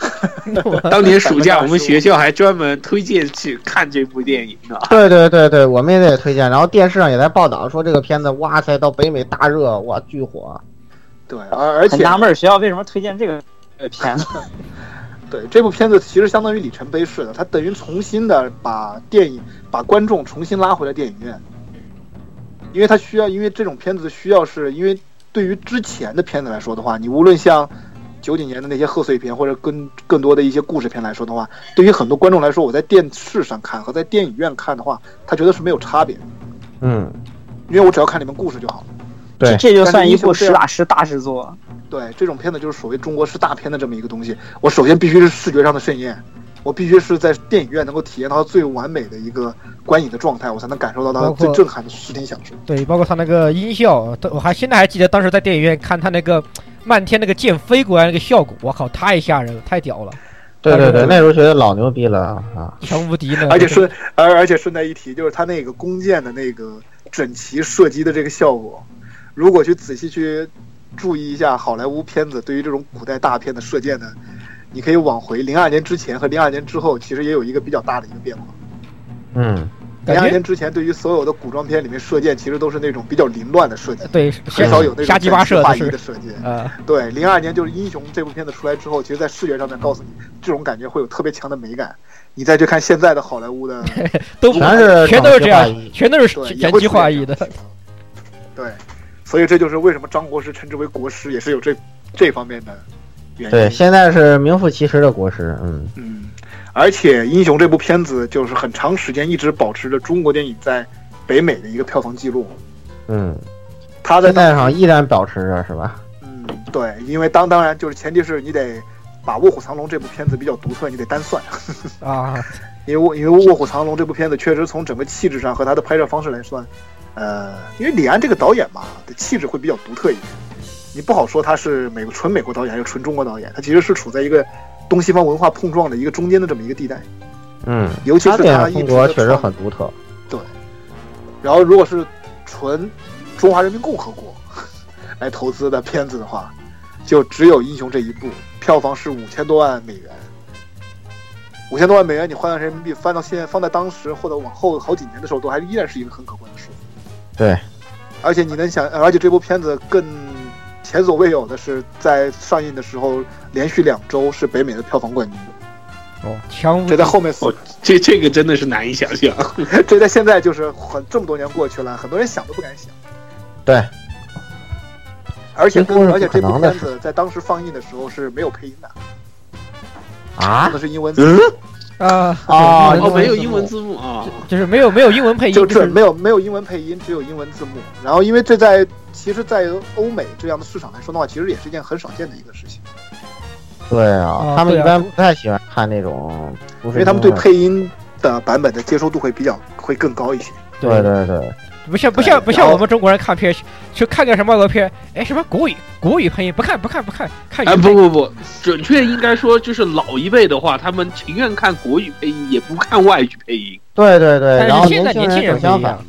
当年暑假我们学校还专门推荐去看这部电影呢。 对对对对，我们也得推荐，然后电视上也在报道说这个片子，哇塞，到北美大热，哇，巨火。 对，而且很纳闷学校为什么推荐这个片子。 对，这部片子其实相当于里程碑式的，它等于重新的把观众重新拉回了电影院，因为它需要，因为这种片子需要是因为对于之前的片子来说的话，你无论像90几年的那些贺岁片，或者更多的一些故事片来说的话，对于很多观众来说，我在电视上看和在电影院看的话，他觉得是没有差别的。因为我只要看里面故事就好了。 对， 这就算一部实打实大制作。 对，这种片子就是所谓中国式大片的这么一个东西。我首先必须是视觉上的盛宴，我必须是在电影院能够体验到最完美的一个观影的状态，我才能感受到它最震撼的视听享受。 对，包括他那个音效，我现在还记得当时在电影院看他那个漫天那个剑飞过来那个效果，我靠，太吓人了，太屌了。 对对对，那时候觉得老牛逼了啊， 强无敌呢。 而且顺带一提，就是他那个弓箭的那个整齐射击的这个效果，如果去仔细去注意一下好莱坞片子对于这种古代大片的射箭的，你可以往回02年之前和02年之后，其实也有一个比较大的一个变化。02年之前对于所有的古装片里面射箭，其实都是那种比较凌乱的射击， 对， 很少有那种瞎鸡巴射的射箭。对，02年就是《英雄》这部片子出来之后，其实在视觉上面告诉你，这种感觉会有特别强的美感。你再去看现在的好莱坞的， 全都是这样，全都是整齐划一的。 对，所以这就是为什么张国师称之为国师，也是有这方面的原因。 对，现在是名副其实的国师。 而且《英雄》这部片子就是很长时间一直保持着中国电影在北美的一个票房记录。他在现在上依然保持着，是吧？ 对，因为当然就是前提是你得把《卧虎藏龙》这部片子比较独特，你得单算啊。 因为《卧虎藏龙》这部片子确实从整个气质上和他的拍摄方式来算，因为李安这个导演嘛，的气质会比较独特一点。你不好说他是纯美国导演还是纯中国导演，他其实是处在一个东西方文化碰撞的一个中间的这么一个地带。尤其是他风格确实很独特。 对。然后如果是纯中华人民共和国来投资的片子的话，就只有《英雄》这一部，票房是5000多万美元。5000多万美元，你换算人民币翻到现在，放在当时或者往后好几年的时候，都还依然是一个很可观的数字。 对。 而且你能想，而且这部片子更前所未有的是，在上映的时候连续2周是北美的票房冠军。这在后面这个真的是难以想象。 这在现在就是这么多年过去了，很多人想都不敢想。 对。 而且这部片子在当时放映的时候是没有配音的。用的是英文字幕。 没有英文字幕啊， 就是没有英文配音， 就是没有英文配音，只有英文字幕。然后因为这其实在欧美这样的市场来说的话，其实也是一件很少见的一个事情。 对啊，他们一般不太喜欢看那种， 因为他们对配音的版本的接受度会更高一些。 对对对。 不像我们中国人看片，去看个什么片，什么国语配音不看，看不，准确应该说就是老一辈的话，他们情愿看国语配音，也不看外语配音。 对对对，然后现在年轻人相反，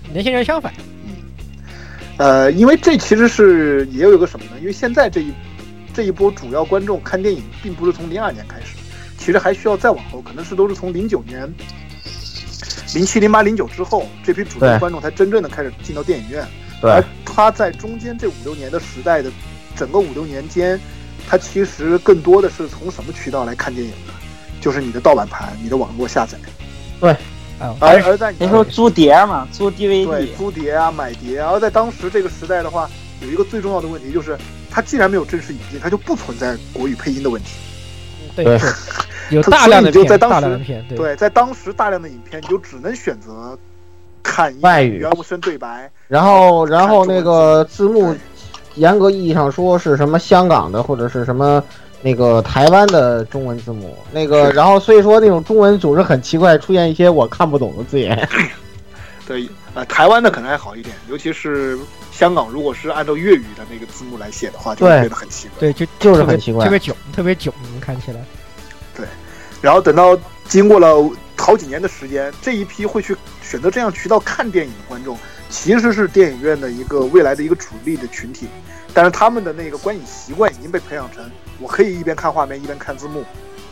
因为这其实是也有一个什么呢？因为现在这一波主要观众看电影，并不是从02年开始，其实还需要再往后，可能是都是从09年。07、08、09之后，这批主流观众才真正的开始进到电影院。而他在中间这5、6年的时代的整个5、6年间，他其实更多的是从什么渠道来看电影的？就是你的盗版盘、你的网络下载。 对。 而在那时候租碟嘛，租 DVD。 对，租碟啊，买碟啊。而在当时这个时代的话，有一个最重要的问题就是，它既然没有正式引进，它就不存在国语配音的问题。 对。有大量的片， 在当时对，在当时大量的影片，你就只能选择看外语原无声对白， 然后那个字幕，严格意义上说是什么香港的或者是什么那个台湾的中文字幕，然后所以说那种中文总是很奇怪，出现一些我看不懂的字眼。 对，台湾的可能还好一点，尤其是香港，如果是按照粤语的那个字幕来写的话，就会变得很奇怪。 对， 就是很奇怪， 特别囧，看起来。 对，然后等到经过了好几年的时间，这一批会去选择这样渠道看电影的观众，其实是电影院的一个未来的一个主力的群体。但是他们的那个观影习惯已经被培养成，我可以一边看画面一边看字幕，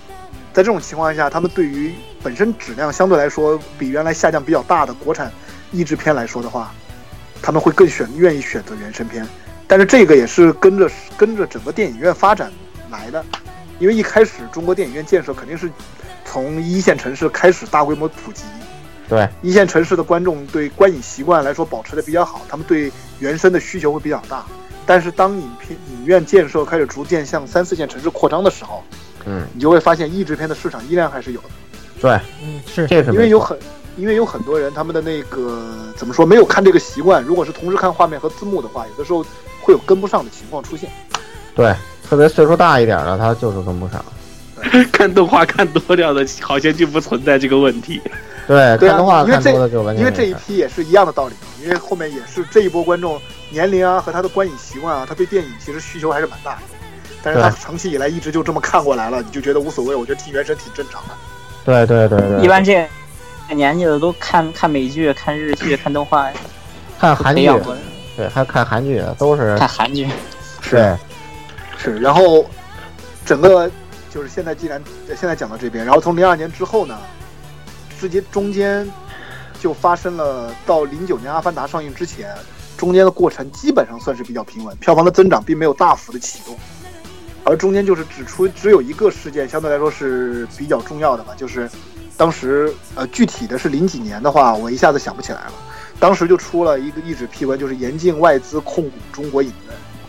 在这种情况下，他们对于本身质量相对来说比原来下降比较大的国产译制片来说的话，他们会更愿意选择原声片。但是这个也是跟着整个电影院发展来的，因为一开始中国电影院建设肯定是从一线城市开始大规模普及。 对， 一线城市的观众对观影习惯来说保持的比较好，他们对原声的需求会比较大。但是当影院建设开始逐渐向3、4线城市扩张的时候，你就会发现译制片的市场依然还是有的。 对， 是这是因为有很多人他们的那个怎么说没有看这个习惯，如果是同时看画面和字幕的话，有的时候会有跟不上的情况出现。 对，特别岁数大一点的他就是跟不上。 看动画看多了的，好像就不存在这个问题。 对，看动画因为看多了就完全因为这一批也是一样的道理，因为后面也是这一波观众年龄啊和他的观影习惯啊，他对电影其实需求还是蛮大的。但是他长期以来一直就这么看过来了，你就觉得无所谓，我觉得听原声挺正常的。 对， 一般这年纪的都看美剧、看日剧、看动画、 看韩剧，对，还看韩剧，都是看韩剧。 对， 是。然后整个就是现在讲到这边，然后从02年之后呢，中间就发生了到09年《阿凡达》上映之前，中间的过程基本上算是比较平稳，票房的增长并没有大幅的启动。而中间就是只有一个事件相对来说是比较重要的吧，就是当时具体的是0几年的话，我一下子想不起来了。当时就出了一个一纸批文，就是严禁外资控股中国影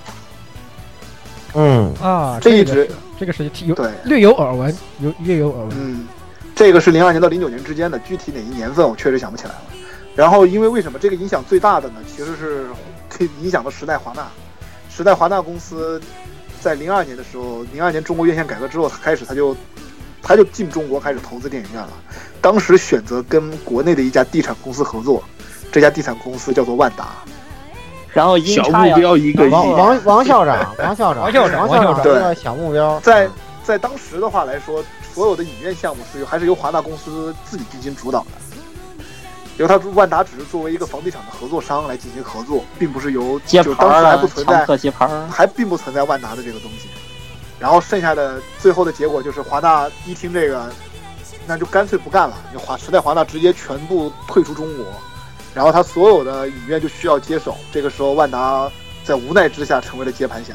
院。 这个是略有耳闻，略有耳闻。 这个是02年到09年之间的，具体哪一年份我确实想不起来了。然后因为什么这个影响最大的呢？其实是影响了时代华纳。时代华纳公司在02年的时候，02年中国院线改革之后，他就进中国开始投资电影院了。当时选择跟国内的一家地产公司合作，这家地产公司叫做万达。 然后小目标一个亿， 王校长对小目标。 在当时的话来说，所有的影院项目还是由华纳公司自己进行主导的。由他万达只是作为一个房地产的合作商来进行合作，并不是由就当时还不存在，还并不存在万达的这个东西。然后剩下的最后的结果就是华纳一听这个，那就干脆不干了，时代华纳直接全部退出中国，然后他所有的影院就需要接手。这个时候万达在无奈之下成为了接盘侠。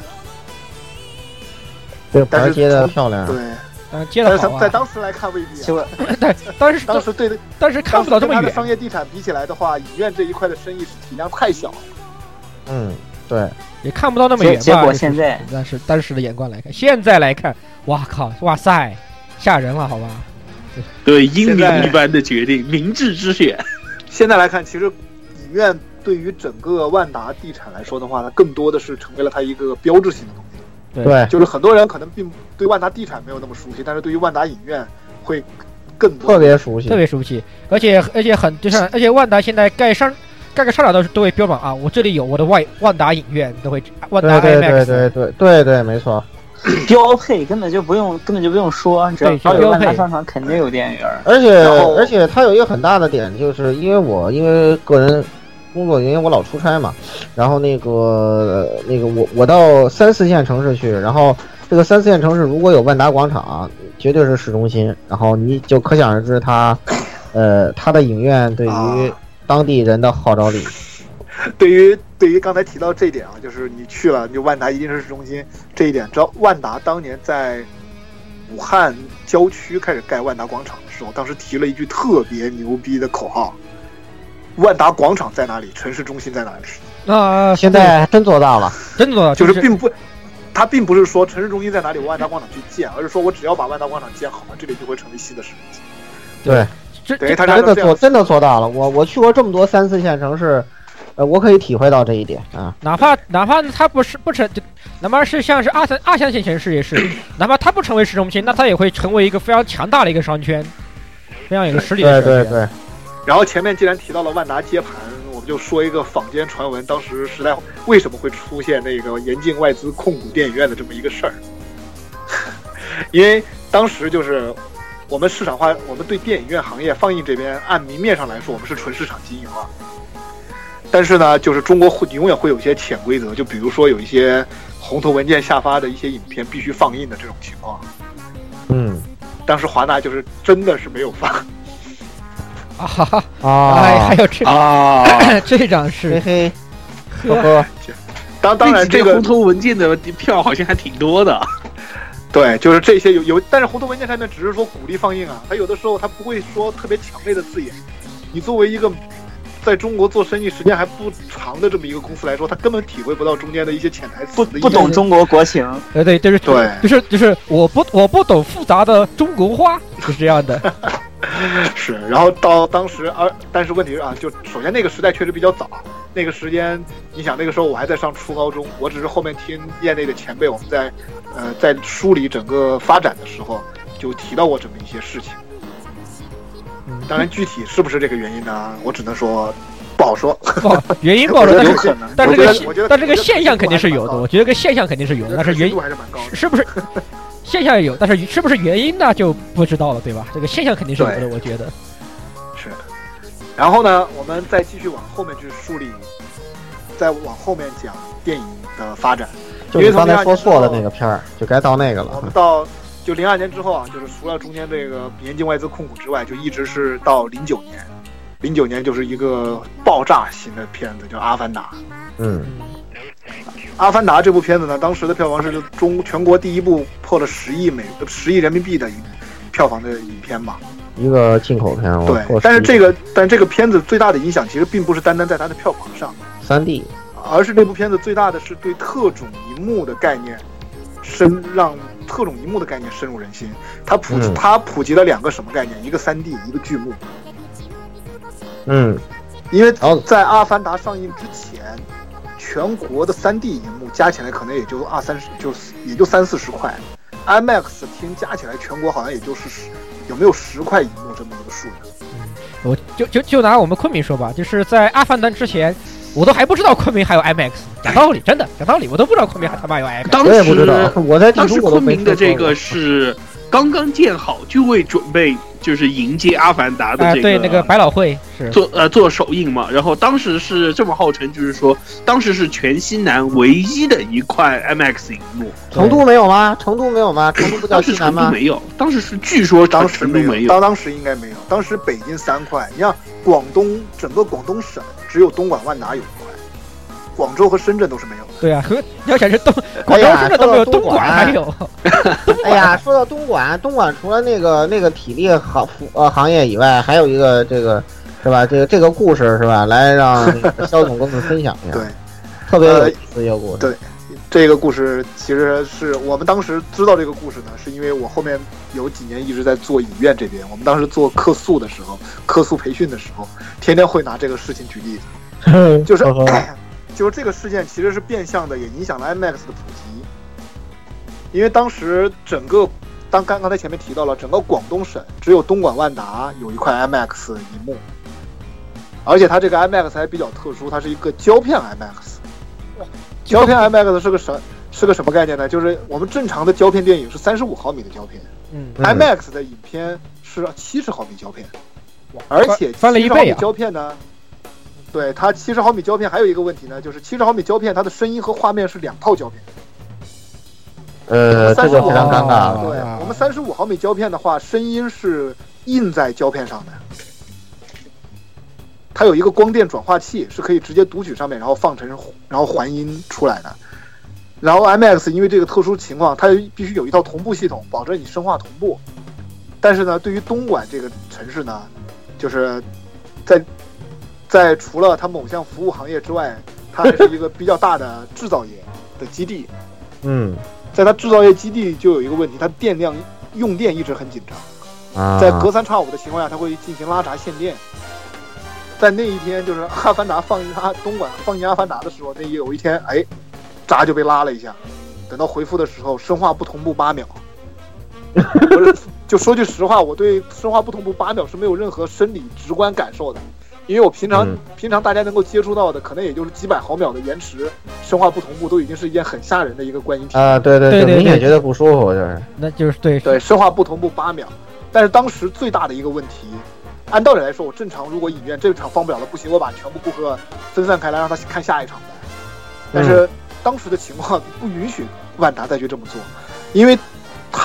对，但是接的漂亮。 对。 接的好在当时来看未必。 对，当时对的， 但是看不到这么远。 跟商业地产比起来的话，影院这一块的生意是体量太小了。 对， 也看不到那么远吧。 结果现在， 但是当时的眼光来看，现在来看，哇靠，哇塞，吓人了，好吧？ 对，英明一般的决定，明智之选。 现在来看，其实影院对于整个万达地产来说的话，它更多的是成为了它一个标志性的东西。 对， 就是很多人可能并对万达地产没有那么熟悉，但是对于万达影院会更多特别熟悉， 而且万达现在盖个商场都会标榜啊，我这里有我的万达影院，都会万达 IMAX， 对，没错， 标配根本就不用说，只要有万达商场肯定有电影院。 而且它有一个很大的点，就是因为个人工作原因我老出差嘛，然后那个我到3、4线城市去，然后这个3、4线城市如果有万达广场，绝对是市中心，然后你就可想而知它的影院对于当地人的号召力。 对于刚才提到这一点啊，就是你去了，就万达一定是市中心这一点。知道万达当年在武汉郊区开始盖万达广场的时候，当时提了一句特别牛逼的口号。万达广场在哪里？城市中心在哪里？ 现在真做到了， 就是他并不是说城市中心在哪里，我万达广场去建，而是说我只要把万达广场建好了，这里就会成为新的市中心。 对， 等于他真的做到了。我去过这么多3、4线城市，我可以体会到这一点啊。 哪怕它不成，哪怕是像是二三线城市也是，哪怕它不成为市中心，那它也会成为一个非常强大的一个商圈，非常有个实力的商圈。 对。 然后前面既然提到了万达接盘，我们就说一个坊间传闻，当时时代为什么会出现那个严禁外资控股电影院的这么一个事儿？因为当时就是我们市场化，我们对电影院行业放映这边按明面上来说，我们是纯市场经营化。但是呢，就是中国永远会有一些潜规则，就比如说有一些红头文件下发的一些影片必须放映的这种情况。 当时华纳就是真的是没有发。 还有这这张是嘿嘿， 当然这个红头文件的票好像还挺多的。 对，就是这些有，但是红头文件上面只是说鼓励放映啊，他有的时候他不会说特别强烈的字眼。你作为一个在中国做生意时间还不长的这么一个公司来说，他根本体会不到中间的一些潜台词的不懂中国国情。 对，就是我不懂复杂的中国话，就是这样的。 是，然后到当时但是问题是啊，就首先那个时代确实比较早，那个时间你想那个时候我还在上初高中，我只是后面听业内的前辈我们在梳理整个发展的时候就提到过这么一些事情。当然具体是不是这个原因呢，我只能说不好说。 原因不好说，但是这个现象肯定是有的，我觉得这个现象肯定是有的，但是原因还是蛮高的， 是不是？现象有，但是是不是原因呢就不知道了，对吧？这个现象肯定是有的，我觉得是。然后呢，我们再继续往后面去梳理，再往后面讲电影的发展。 就是刚才说错了那个片儿，就该到那个了。 我们到就02年之后啊，就是除了中间这个严禁外资控股之外，就一直是到09年。09年就是一个爆炸型的片子，叫《阿凡达》。阿凡达这部片子呢，当时的票房是全国第一部破了10亿人民币的票房的影片嘛， 一个进口片。 对，但这个片子最大的影响其实并不是单单在它的票房上 ，3D， 而是这部片子最大的是对特种荧幕的概念让特种荧幕的概念深入人心。它普及了2个什么概念？一个3D，一个巨幕。因为在阿凡达上映之前，全国的3D 荧幕加起来可能也就30-40块 ，IMAX 厅加起来全国好像也就是有没有10块荧幕这么一个数呢？我就拿我们昆明说吧，就是在阿凡达之前，我都还不知道昆明还有 IMAX。讲道理，真的讲道理，我都不知道昆明还他妈有 IMAX。 我也不知道，我在当时昆明的这个是刚刚建好，就为准备就是迎接阿凡达的这个对那个百老汇是做首映嘛。然后当时是这么号称，就是说当时是全西南唯一的一块 IMAX 荧幕。 成都没有吗？成都不叫西南吗？ 当时成都没有，当时是据说当时没有， 当时应该没有。当时北京3块，你像整个广东省只有东莞万达有1块，广州和深圳都是没有的。 对啊，要想是广州、深圳都没有，东莞还有。 哎呀，说到东莞除了那个体力行业以外，还有一个这个是吧？这个故事是吧？来让肖总跟我们分享一下。 对， 特别有意思一个故事。 对，这个故事其实是我们当时知道这个故事呢，是因为我后面有几年一直在做影院这边，我们当时做客诉的时候，客诉培训的时候，天天会拿这个事情举例子，就是这个事件其实是变相的也影响了 IMAX 的普及，因为当时刚才前面提到了，整个广东省只有东莞万达有一块 IMAX 银幕，而且它这个 IMAX 还比较特殊，它是一个胶片 IMAX。胶片 IMAX 是个什么概念呢？就是我们正常的胶片电影是35毫米的胶片，IMAX 的影片是70毫米胶片，而且翻了1倍啊！ 胶片呢？对，它70毫米胶片还有一个问题呢，就是70毫米胶片它的声音和画面是2套胶片。 这个非常尴尬。 对，我们35毫米胶片的话，声音是印在胶片上的，它有一个光电转化器，是可以直接读取上面，然后然后还音出来的。然后 IMAX 因为这个特殊情况，它必须有一套同步系统，保证你声画同步。但是呢，对于东莞这个城市呢，就是在除了它某项服务行业之外，它还是一个比较大的制造业的基地。在它制造业基地就有一个问题，它用电一直很紧张。在隔三差五的情况下，它会进行拉闸限电。在那一天，就是阿凡达东莞放映阿凡达的时候，那有一天，闸就被拉了一下。等到回复的时候，声画不同步8秒。就说句实话，我对声画不同步8秒是没有任何生理直观感受的。因为我平常大家能够接触到的，可能也就是几百毫秒的延迟，声画不同步都已经是一件很吓人的一个观影体验啊！对，明显觉得不舒服，就是那就是对声画不同步8秒。但是当时最大的一个问题，按道理来说，我正常如果影院这场放不了了，不行，我把全部顾客分散开来，让他看下一场呗。但是当时的情况不允许万达再去这么做，因为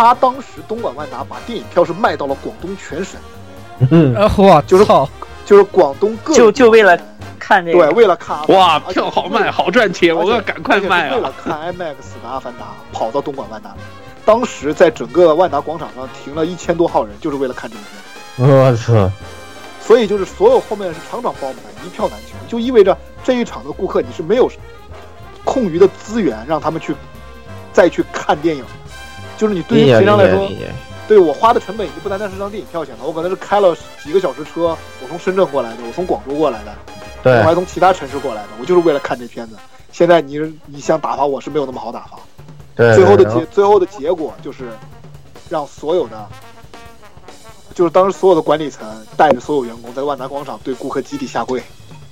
他当时东莞万达把电影票是卖到了广东全省， 我就是广东各就为了看这个， 对，为了看哇，票好卖，好赚钱，我要赶快卖啊！ 为了看 IMAX 的《阿凡达》，跑到东莞万达，当时在整个万达广场上停了1000多号人，就是为了看这部片。 我操！ 所以就是所有后面是场场爆满，一票难求，就意味着这一场的顾客你是没有空余的资源让他们再去看电影，就是你对于平常来说，对我花的成本已经不单单是张电影票钱了，我可能是开了几个小时车，我从深圳过来的，我从广州过来的， 对， 我还从其他城市过来的，我就是为了看这片子。现在你想打发我是没有那么好打发， 对， 最后的结果就是让所有的。就是当时所有的管理层带着所有员工在万达广场对顾客集体下跪，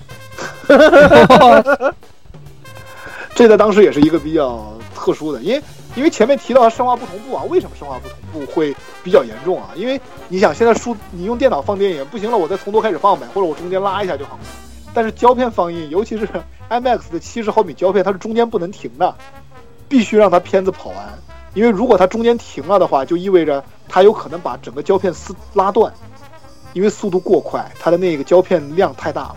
这在当时也是一个比较特殊的，因为前面提到生化不同步啊，为什么生化不同步会比较严重啊？因为你想现在你用电脑放电影不行了，我再从头开始放呗，或者我中间拉一下就好了。但是胶片放映，尤其是 IMAX 的70毫米胶片，它是中间不能停的，必须让它片子跑完。因为如果它中间停了的话，就意味着它有可能把整个胶片拉断，因为速度过快，它的那个胶片量太大了。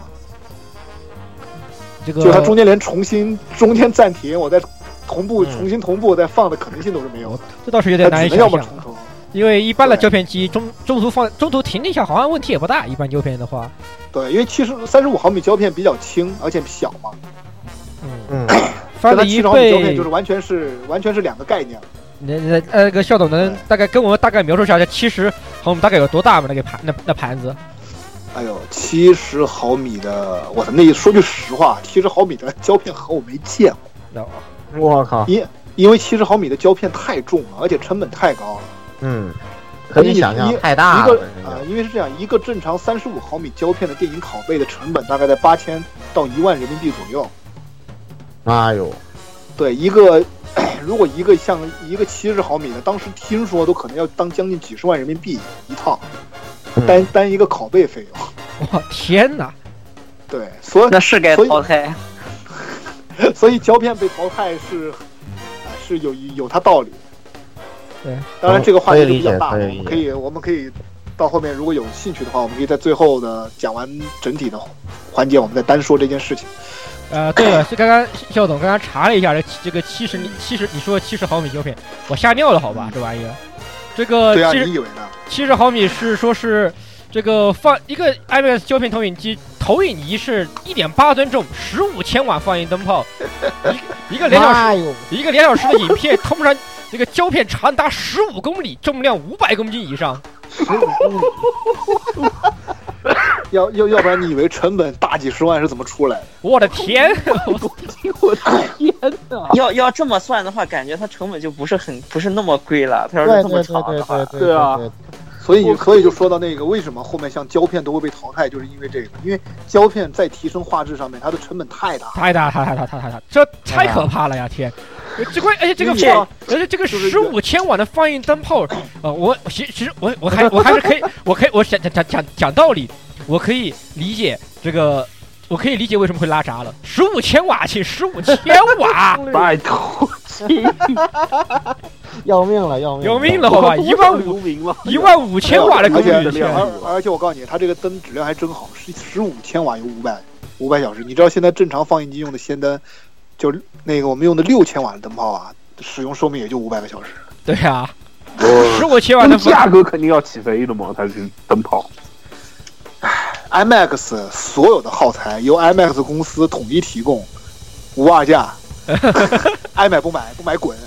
就它中间连中间暂停，我再重新同步再放的可能性都是没有的。 这倒是有点难以想象。因为一般的胶片机中途停一下，好像问题也不大。一般胶片的话， 对，因为35毫米胶片比较轻，而且小嘛。 翻了一倍， 70毫米胶片就是完全是两个概念了。 那个校董能大概跟我们大概描述一下，这70毫米大概有多大吗？那盘子？ 哎呦，70毫米的，我的那说句实话，70毫米的胶片盒我没见过。 我靠！ 因为70毫米的胶片太重了，而且成本太高了。 可以想象太大了。 因为是这样，一个正常35毫米胶片的电影拷贝的成本大概在8000到1万人民币左右。 哎呦， 对，如果像一个70毫米的，当时听说都可能要将近几十万人民币一套，单一个拷贝费用。 哇，天哪！ 对，所以那是该淘汰。 所以胶片被淘汰是有它道理。 对， 当然这个话题比较大，我们可以到后面如果有兴趣的话，我们可以在最后的讲完整体的环节，我们再单说这件事情。 对了，是刚刚校董刚刚查了一下这个70，你说70毫米胶片，我吓尿了，好吧，这玩意儿，这个对啊，你以为呢 ？70毫米是说是这个放一个 IMAX 胶片投影机，投影仪是1.8吨重，15千瓦放映灯泡，一个2小时的影片，通上这个胶片长达15公里，重量500公斤以上。 要不然你以为成本大几十万是怎么出来的？ 我的天！ 我的天哪！要这么算的话，感觉它成本就不是那么贵了。它要是这么长的话， 对啊。所以就说到那个为什么后面像胶片都会被淘汰，就是因为这个，因为胶片在提升画质上面，它的成本太大， 这太可怕了呀！天！而且这个15千瓦的放映灯泡，其实我还是可以，我讲道理，我可以理解这个，我可以理解为什么会拉闸了。15千瓦，请15千瓦， 拜托， 要命了， 好吧，15000千瓦的功率， 而且我告诉你，它这个灯质量还真好，是15千瓦有500小时。你知道现在正常放映机用的氙灯，就那个我们用的6000瓦的灯泡啊，使用寿命也就500个小时。 对啊，15千瓦的价格肯定要起飞的嘛，它是灯泡。 IMAX 所有的耗材由 IMAX 公司统一提供，无二价。爱买不买，不买滚。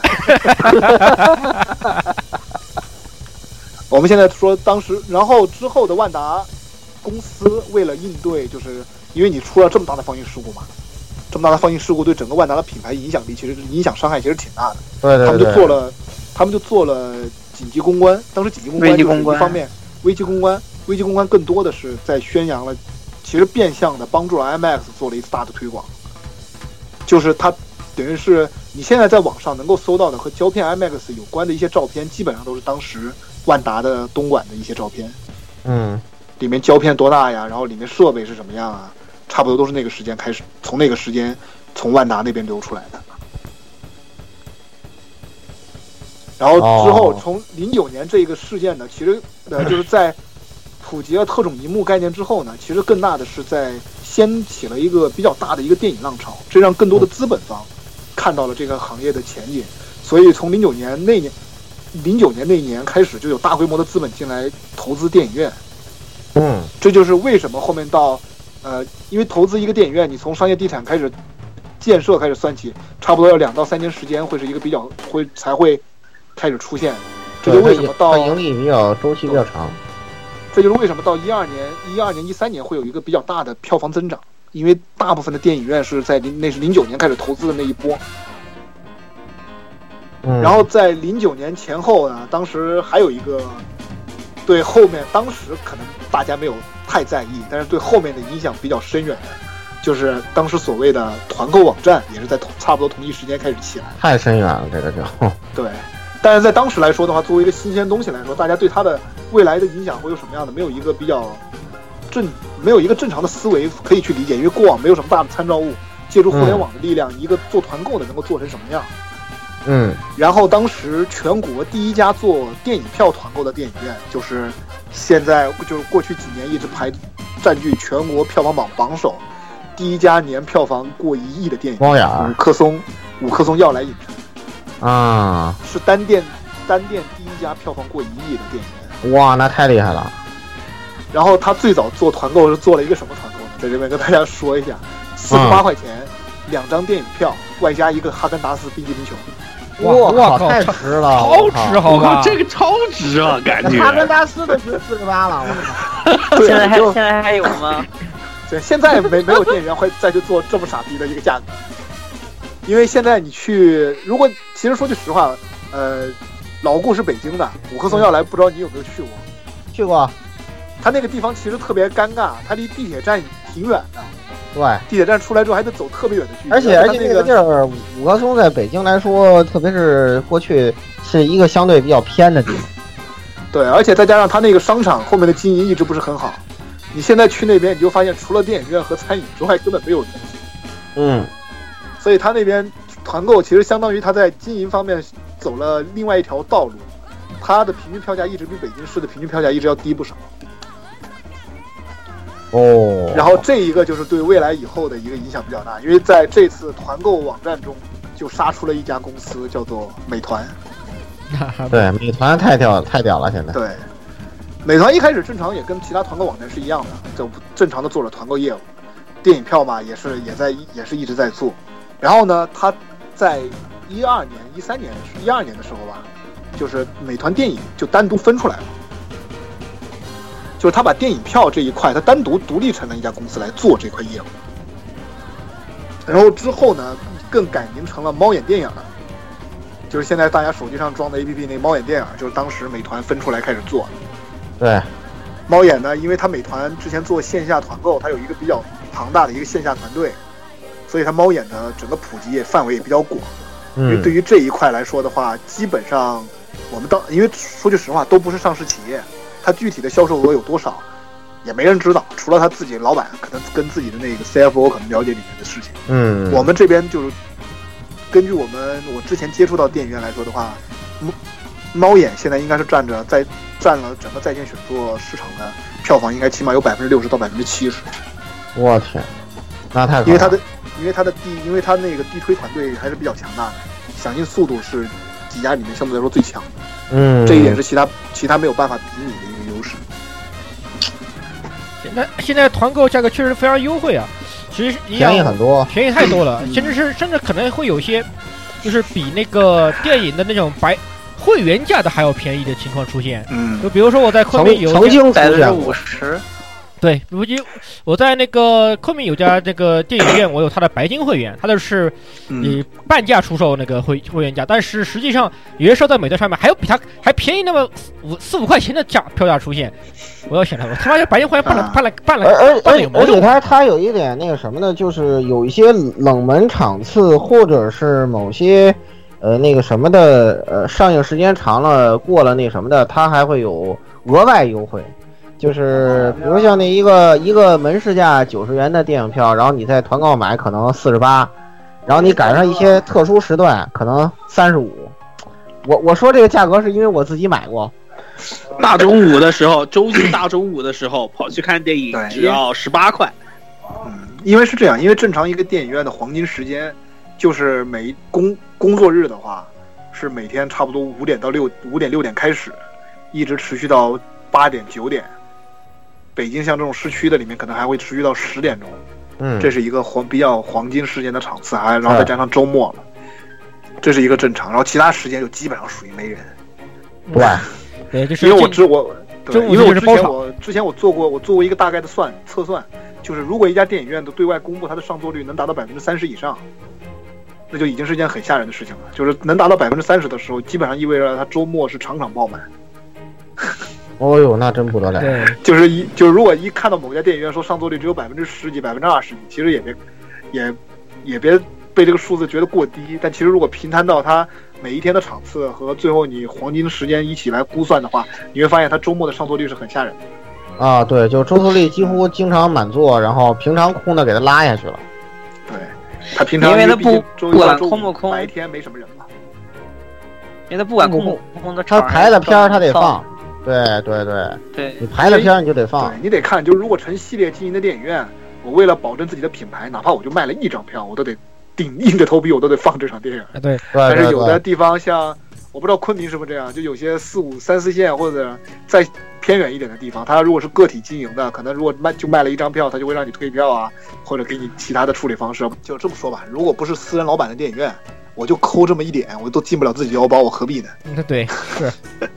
我们现在说当时，然后之后的万达公司为了应对，就是因为你出了这么大的放映事故嘛，这么大的放映事故对整个万达的品牌影响力，其实影响伤害其实挺大的。 对， 他们就做了紧急公关。当时紧急公关就是一方面危机公关更多的是在宣扬了，其实变相的帮助了 IMAX 做了一次大的推广，就是它等于是你现在在网上能够搜到的和胶片 IMAX 有关的一些照片，基本上都是当时万达的东莞的一些照片。里面胶片多大呀，然后里面设备是什么样啊，差不多都是那个时间开始，从那个时间从万达那边流出来的。 然后之后从09年这个事件呢，其实就是在普及了特种荧幕概念之后呢，其实更大的是在掀起了一个比较大的一个电影浪潮，这让更多的资本方看到了这个行业的前景。所以从09年那一年开始，就有大规模的资本进来投资电影院。这就是为什么后面到因为投资一个电影院，你从商业地产开始建设开始算起，差不多要2到3年时间，会是一个比较才会开始出现。这就为什么到盈利比较周期比较长。 这就是为什么到12年、13年会有一个比较大的票房增长，因为大部分的电影院是在那是09年开始投资的那一波。然后在09年前后呢，当时还有一个对后面当时可能大家没有太在意，但是对后面的影响比较深远的，就是当时所谓的团购网站，也是在差不多同一时间开始起来。 太深远了，这个就对。但是在当时来说的话，作为一个新鲜东西来说，大家对它的未来的影响会有什么样的，没有一个正常的思维可以去理解，因为过往没有什么大的参照物，借助互联网的力量，一个做团购的能够做成什么样。然后当时全国第一家做电影票团购的电影院，就是过去几年一直占据全国票房榜首，第一家年票房过1亿的电影院，五棵松耀来影城啊，是单店第一家票房过1亿的电影院。 哇，那太厉害了。 然后他最早做团购是做了一个什么团购呢？在这边跟大家说一下，48块钱2张电影票，外加一个哈根达斯冰激凌球。 哇靠，太值了， 超值好吧？ 这个超值啊，感觉。 哈根达斯都值48了， 现在还有吗？ 对，现在没有店员会再去做这么傻逼的一个价格，因为现在你去，如果其实说句实话，老顾是北京的，五棵松耀来不知道你有没有去过？ 去过。 他那个地方其实特别尴尬，他离地铁站挺远的。 对， 地铁站出来之后还得走特别远的距离， 而且那个地儿，五棵松在北京来说，特别是过去是一个相对比较偏的地方。 对，而且再加上他那个商场后面的经营一直不是很好，你现在去那边你就发现除了电影院和餐饮之外根本没有东西。所以他那边团购其实相当于他在经营方面走了另外一条道路，他的平均票价一直比北京市的平均票价一直要低不少。然后这一个就是对未来以后的一个影响比较大，因为在这次团购网站中就杀出了一家公司，叫做美团。 对，美团太屌了，现在。 对，美团一开始正常也跟其他团购网站是一样的，就正常的做了团购业务，电影票嘛也是一直在做。然后呢，他在12年的时候吧，就是美团电影就单独分出来了。就是他把电影票这一块，他单独独立成了一家公司来做这块业务。然后之后呢，更改名成了猫眼电影了，就是现在大家手机上装的 APP 那猫眼电影，就是当时美团分出来开始做的。 对， 猫眼呢，因为它美团之前做线下团购，它有一个比较庞大的一个线下团队，所以它猫眼的整个普及范围也比较广。因为对于这一块来说的话，基本上我们因为说句实话，都不是上市企业。他具体的销售额有多少，也没人知道，除了他自己老板可能跟自己的那个 CFO 可能了解里面的事情。我们这边就是根据我之前接触到电影院来说的话，猫眼现在应该是占了整个在线选座市场的票房，应该起码有60%到70%。 我天，那太因为他那个地推团队还是比较强大的，响应速度是几家里面相对来说最强的。这一点是其他没有办法比拟的一个优势。 现在团购价格确实非常优惠啊，其实便宜很多， 便宜太多了，甚至可能会有些就是比那个电影的那种会员价的还要便宜的情况出现。就比如说我在昆明有曾经 50%。 对，我在那个昆明有家这个电影院，我有他的白金会员，他的是半价出售那个会员价，但是实际上有些时候在美团上面还有比他还便宜那么4-5块钱的票价出现。我要想他妈这白金会员办了， 而且他有一点那个什么呢，就是有一些冷门场次或者是某些那个什么的上映时间长了过了那什么的，他还会有额外优惠。就是比如像那一个门市价90元的电影票，然后你在团购买可能48，然后你赶上一些特殊时段可能35， 我说这个价格是因为我自己买过。 大中午的时候，周一大中午的时候跑去看电影，只要18块。 因为是这样，因为正常一个电影院的黄金时间，就是每工作日的话，是每天差不多5点6点开始，一直持续到8点9点。北京像这种市区的里面，可能还会持续到10点钟。这是一个比较黄金时间的场次，然后再加上周末了，这是一个正常。然后其他时间就基本上属于没人。 对， 就是因为我之前我做过一个大概的测算，就是如果一家电影院的对外公布它的上座率能达到30%以上，那就已经是一件很吓人的事情了。就是能达到30%的时候，基本上意味着它周末是场场爆满。 哦呦，那真不得了！ 就是如果一看到某家电影院说上座率只有10%几、20%几，其实也别被这个数字觉得过低。但其实如果平摊到它每一天的场次和最后你黄金时间一起来估算的话，你会发现它周末的上座率是很吓人的。 啊，对，就周座率几乎经常满座，然后平常空的给它拉下去了。 对，它平常因为它不管空不空， 白天没什么人嘛。 因为它不管空不空的场， 它排的片儿它得放。对，你排的片儿你就得放， 你得看。就如果成系列经营的电影院，我为了保证自己的品牌，哪怕我就卖了1张票，我都得硬着头皮，我都得放这场电影。 对， 但是有的地方像我不知道昆明是不是这样，就有些3、4线或者再偏远一点的地方，它如果是个体经营的，可能如果卖了1张票，它就会让你退票啊，或者给你其他的处理方式。就这么说吧，如果不是私人老板的电影院，我就抠这么一点，我都进不了自己腰包，我何必呢？ 对，是。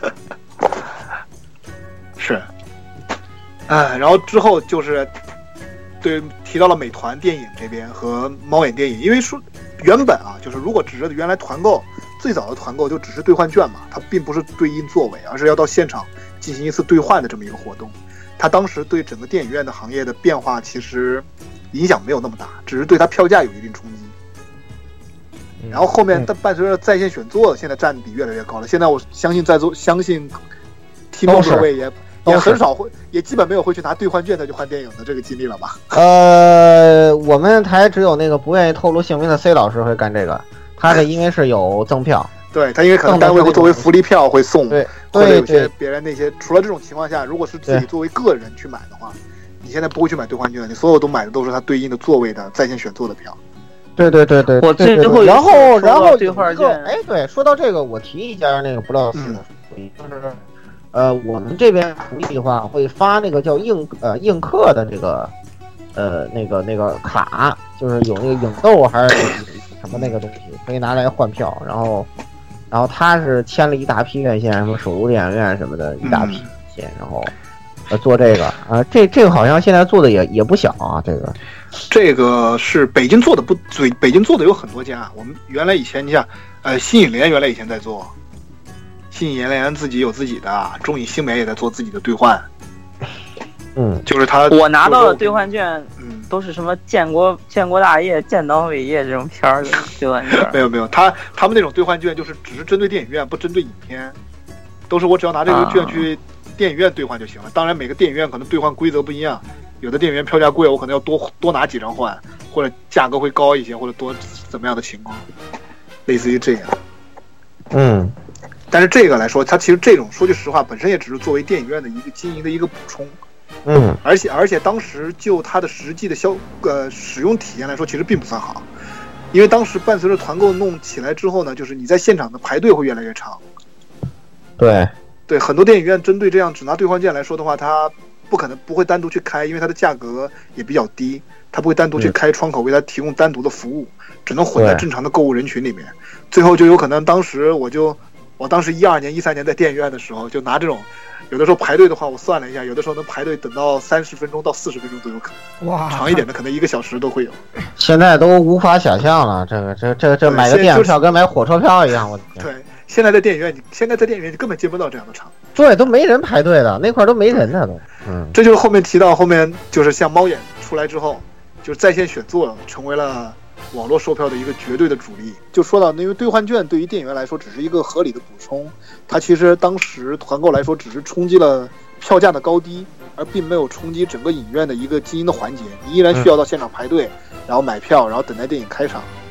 是，然后之后就是对提到了美团电影这边和猫眼电影，因为说原本啊，就是如果只是原来团购最早的团购就只是兑换券嘛，它并不是对应座位，而是要到现场进行一次兑换的这么一个活动。它当时对整个电影院的行业的变化其实影响没有那么大，只是对它票价有一定冲击。然后后面伴随着在线选座，现在占比越来越高了。现在我相信听众各位也很少会，也基本没有会去拿兑换券再去换电影的这个经历了吧？ 我们台只有那个不愿意透露姓名的 C 老师会干这个，他是因为是有赠票， 对他因为可能单位会作为福利票会送， 对， 或者有些别人那些。除了这种情况下，如果是自己作为个人去买的话，你现在不会去买兑换券，你所有都买的都是它对应的座位的在线选座的票。 对， 我最后然后兑换券， 对，说到这个，我提一下那个不知道是福利，就是我们这边福利的话会发那个叫映客的这个那个卡，就是有那个影豆还是什么那个东西可以拿来换票，然后他是签了一大批院线，什么首都电影院什么的一大批线，然后做这个啊，这个好像现在做的也不小啊， 这个是北京做的北京做的有很多家，我们原来以前你像新影联原来以前在做。新影联自己有自己的，中影新美也在做自己的兑换。就是我拿到的兑换券，都是什么建国大业、建党伟业这种片儿的兑换券。 没有，他们那种兑换券就是只是针对电影院，不针对影片，都是我只要拿这个券去电影院兑换就行了。当然，每个电影院可能兑换规则不一样，有的电影院票价贵，我可能要多拿几张换，或者价格会高一些，或者多怎么样的情况，类似于这样。但是这个来说，它其实这种说句实话，本身也只是作为电影院的一个经营的一个补充。而且当时就它的实际的使用体验来说，其实并不算好，因为当时伴随着团购弄起来之后呢，就是你在现场的排队会越来越长。对，很多电影院针对这样只拿兑换券来说的话，它不会单独去开，因为它的价格也比较低，它不会单独去开窗口为它提供单独的服务，只能混在正常的购物人群里面。最后就有可能当时我当时12年、13年在电影院的时候，就拿这种，有的时候排队的话，我算了一下，有的时候能排队等到30分钟到40分钟都有可能。 哇， 长一点的可能1个小时都会有。 现在都无法想象了，这买个电影票跟买火车票一样，我对，现在在电影院你根本见不到这样的场。 对，都没人排队的，那块都没人呢都。 这就是后面提到就是像猫眼出来之后，就是在线选座成为了网络售票的一个绝对的主力。就说到因为兑换券对于电影院来说只是一个合理的补充，它其实当时团购来说只是冲击了票价的高低，而并没有冲击整个影院的一个经营的环节。你依然需要到现场排队，然后买票，然后等待电影开场。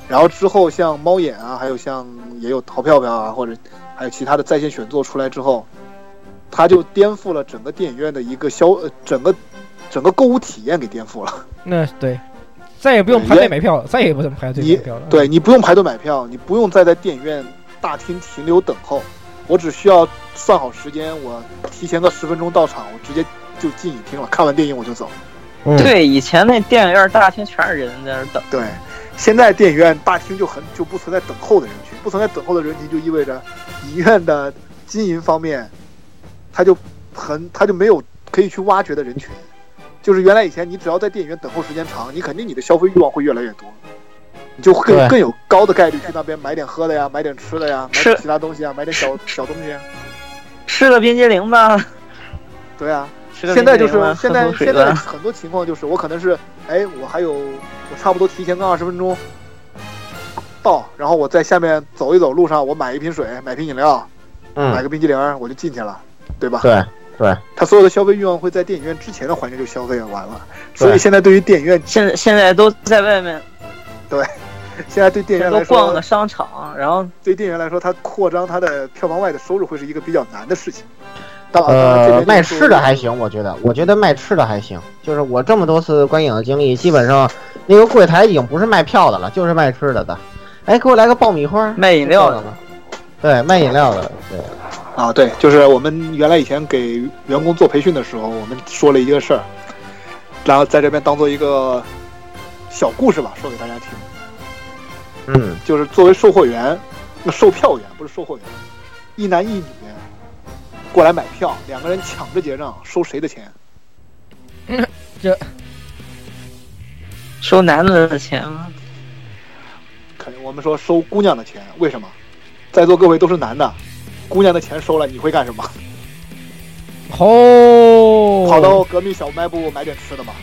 然后之后像猫眼啊，还有像也有淘票票啊，或者还有其他的在线选座出来之后，它就颠覆了整个电影院的一个整个购物体验给颠覆了。 那对，再也不用排队买票了，再也不用排队买票了。 对，你不用排队买票，你不用再在电影院大厅停留等候，我只需要算好时间，我提前个10分钟到场，我直接就进影厅了，看完电影我就走。 对，以前那电影院大厅全是人在那等。 对，现在电影院大厅就不存在等候的人群，不存在等候的人群就意味着影院的经营方面，它就没有可以去挖掘的人群。就是原来以前你只要在电影院等候时间长，你肯定你的消费欲望会越来越多，你就会更有高的概率去那边买点喝的呀，买点吃的呀，买点其他东西啊，买点小东西啊， 吃个冰激凌吧。 对啊，现在现在很多情况就是我可能是我差不多提前个20分钟到，然后我在下面走一走，路上我买一瓶水，买瓶饮料，买个冰激凌，我就进去了，对吧？ 对， 他所有的消费欲望会在电影院之前的环节就消费完了，所以现在对于电影院现在都在外面。 对，现在对电影院来说， 都逛个商场，然后对电影院来说，它扩张它的票房外的收入会是一个比较难的事情。 卖吃的还行，我觉得卖吃的还行。就是我这么多次观影的经历，基本上那个柜台已经不是卖票的了，就是卖吃的的。哎，给我来个爆米花， 卖饮料的吗？ 对，卖饮料的，对。 啊，对，就是我们原来以前给员工做培训的时候，我们说了一个事儿，然后在这边当做一个小故事吧，说给大家听。就是作为售票员不是售货员，一男一女过来买票，2个人抢着结账，收谁的钱？ 这收男的的钱吗？ 肯定我们说收姑娘的钱，为什么？在座各位都是男的。姑娘的钱收了，你会干什么？跑到隔壁小卖部买点吃的嘛。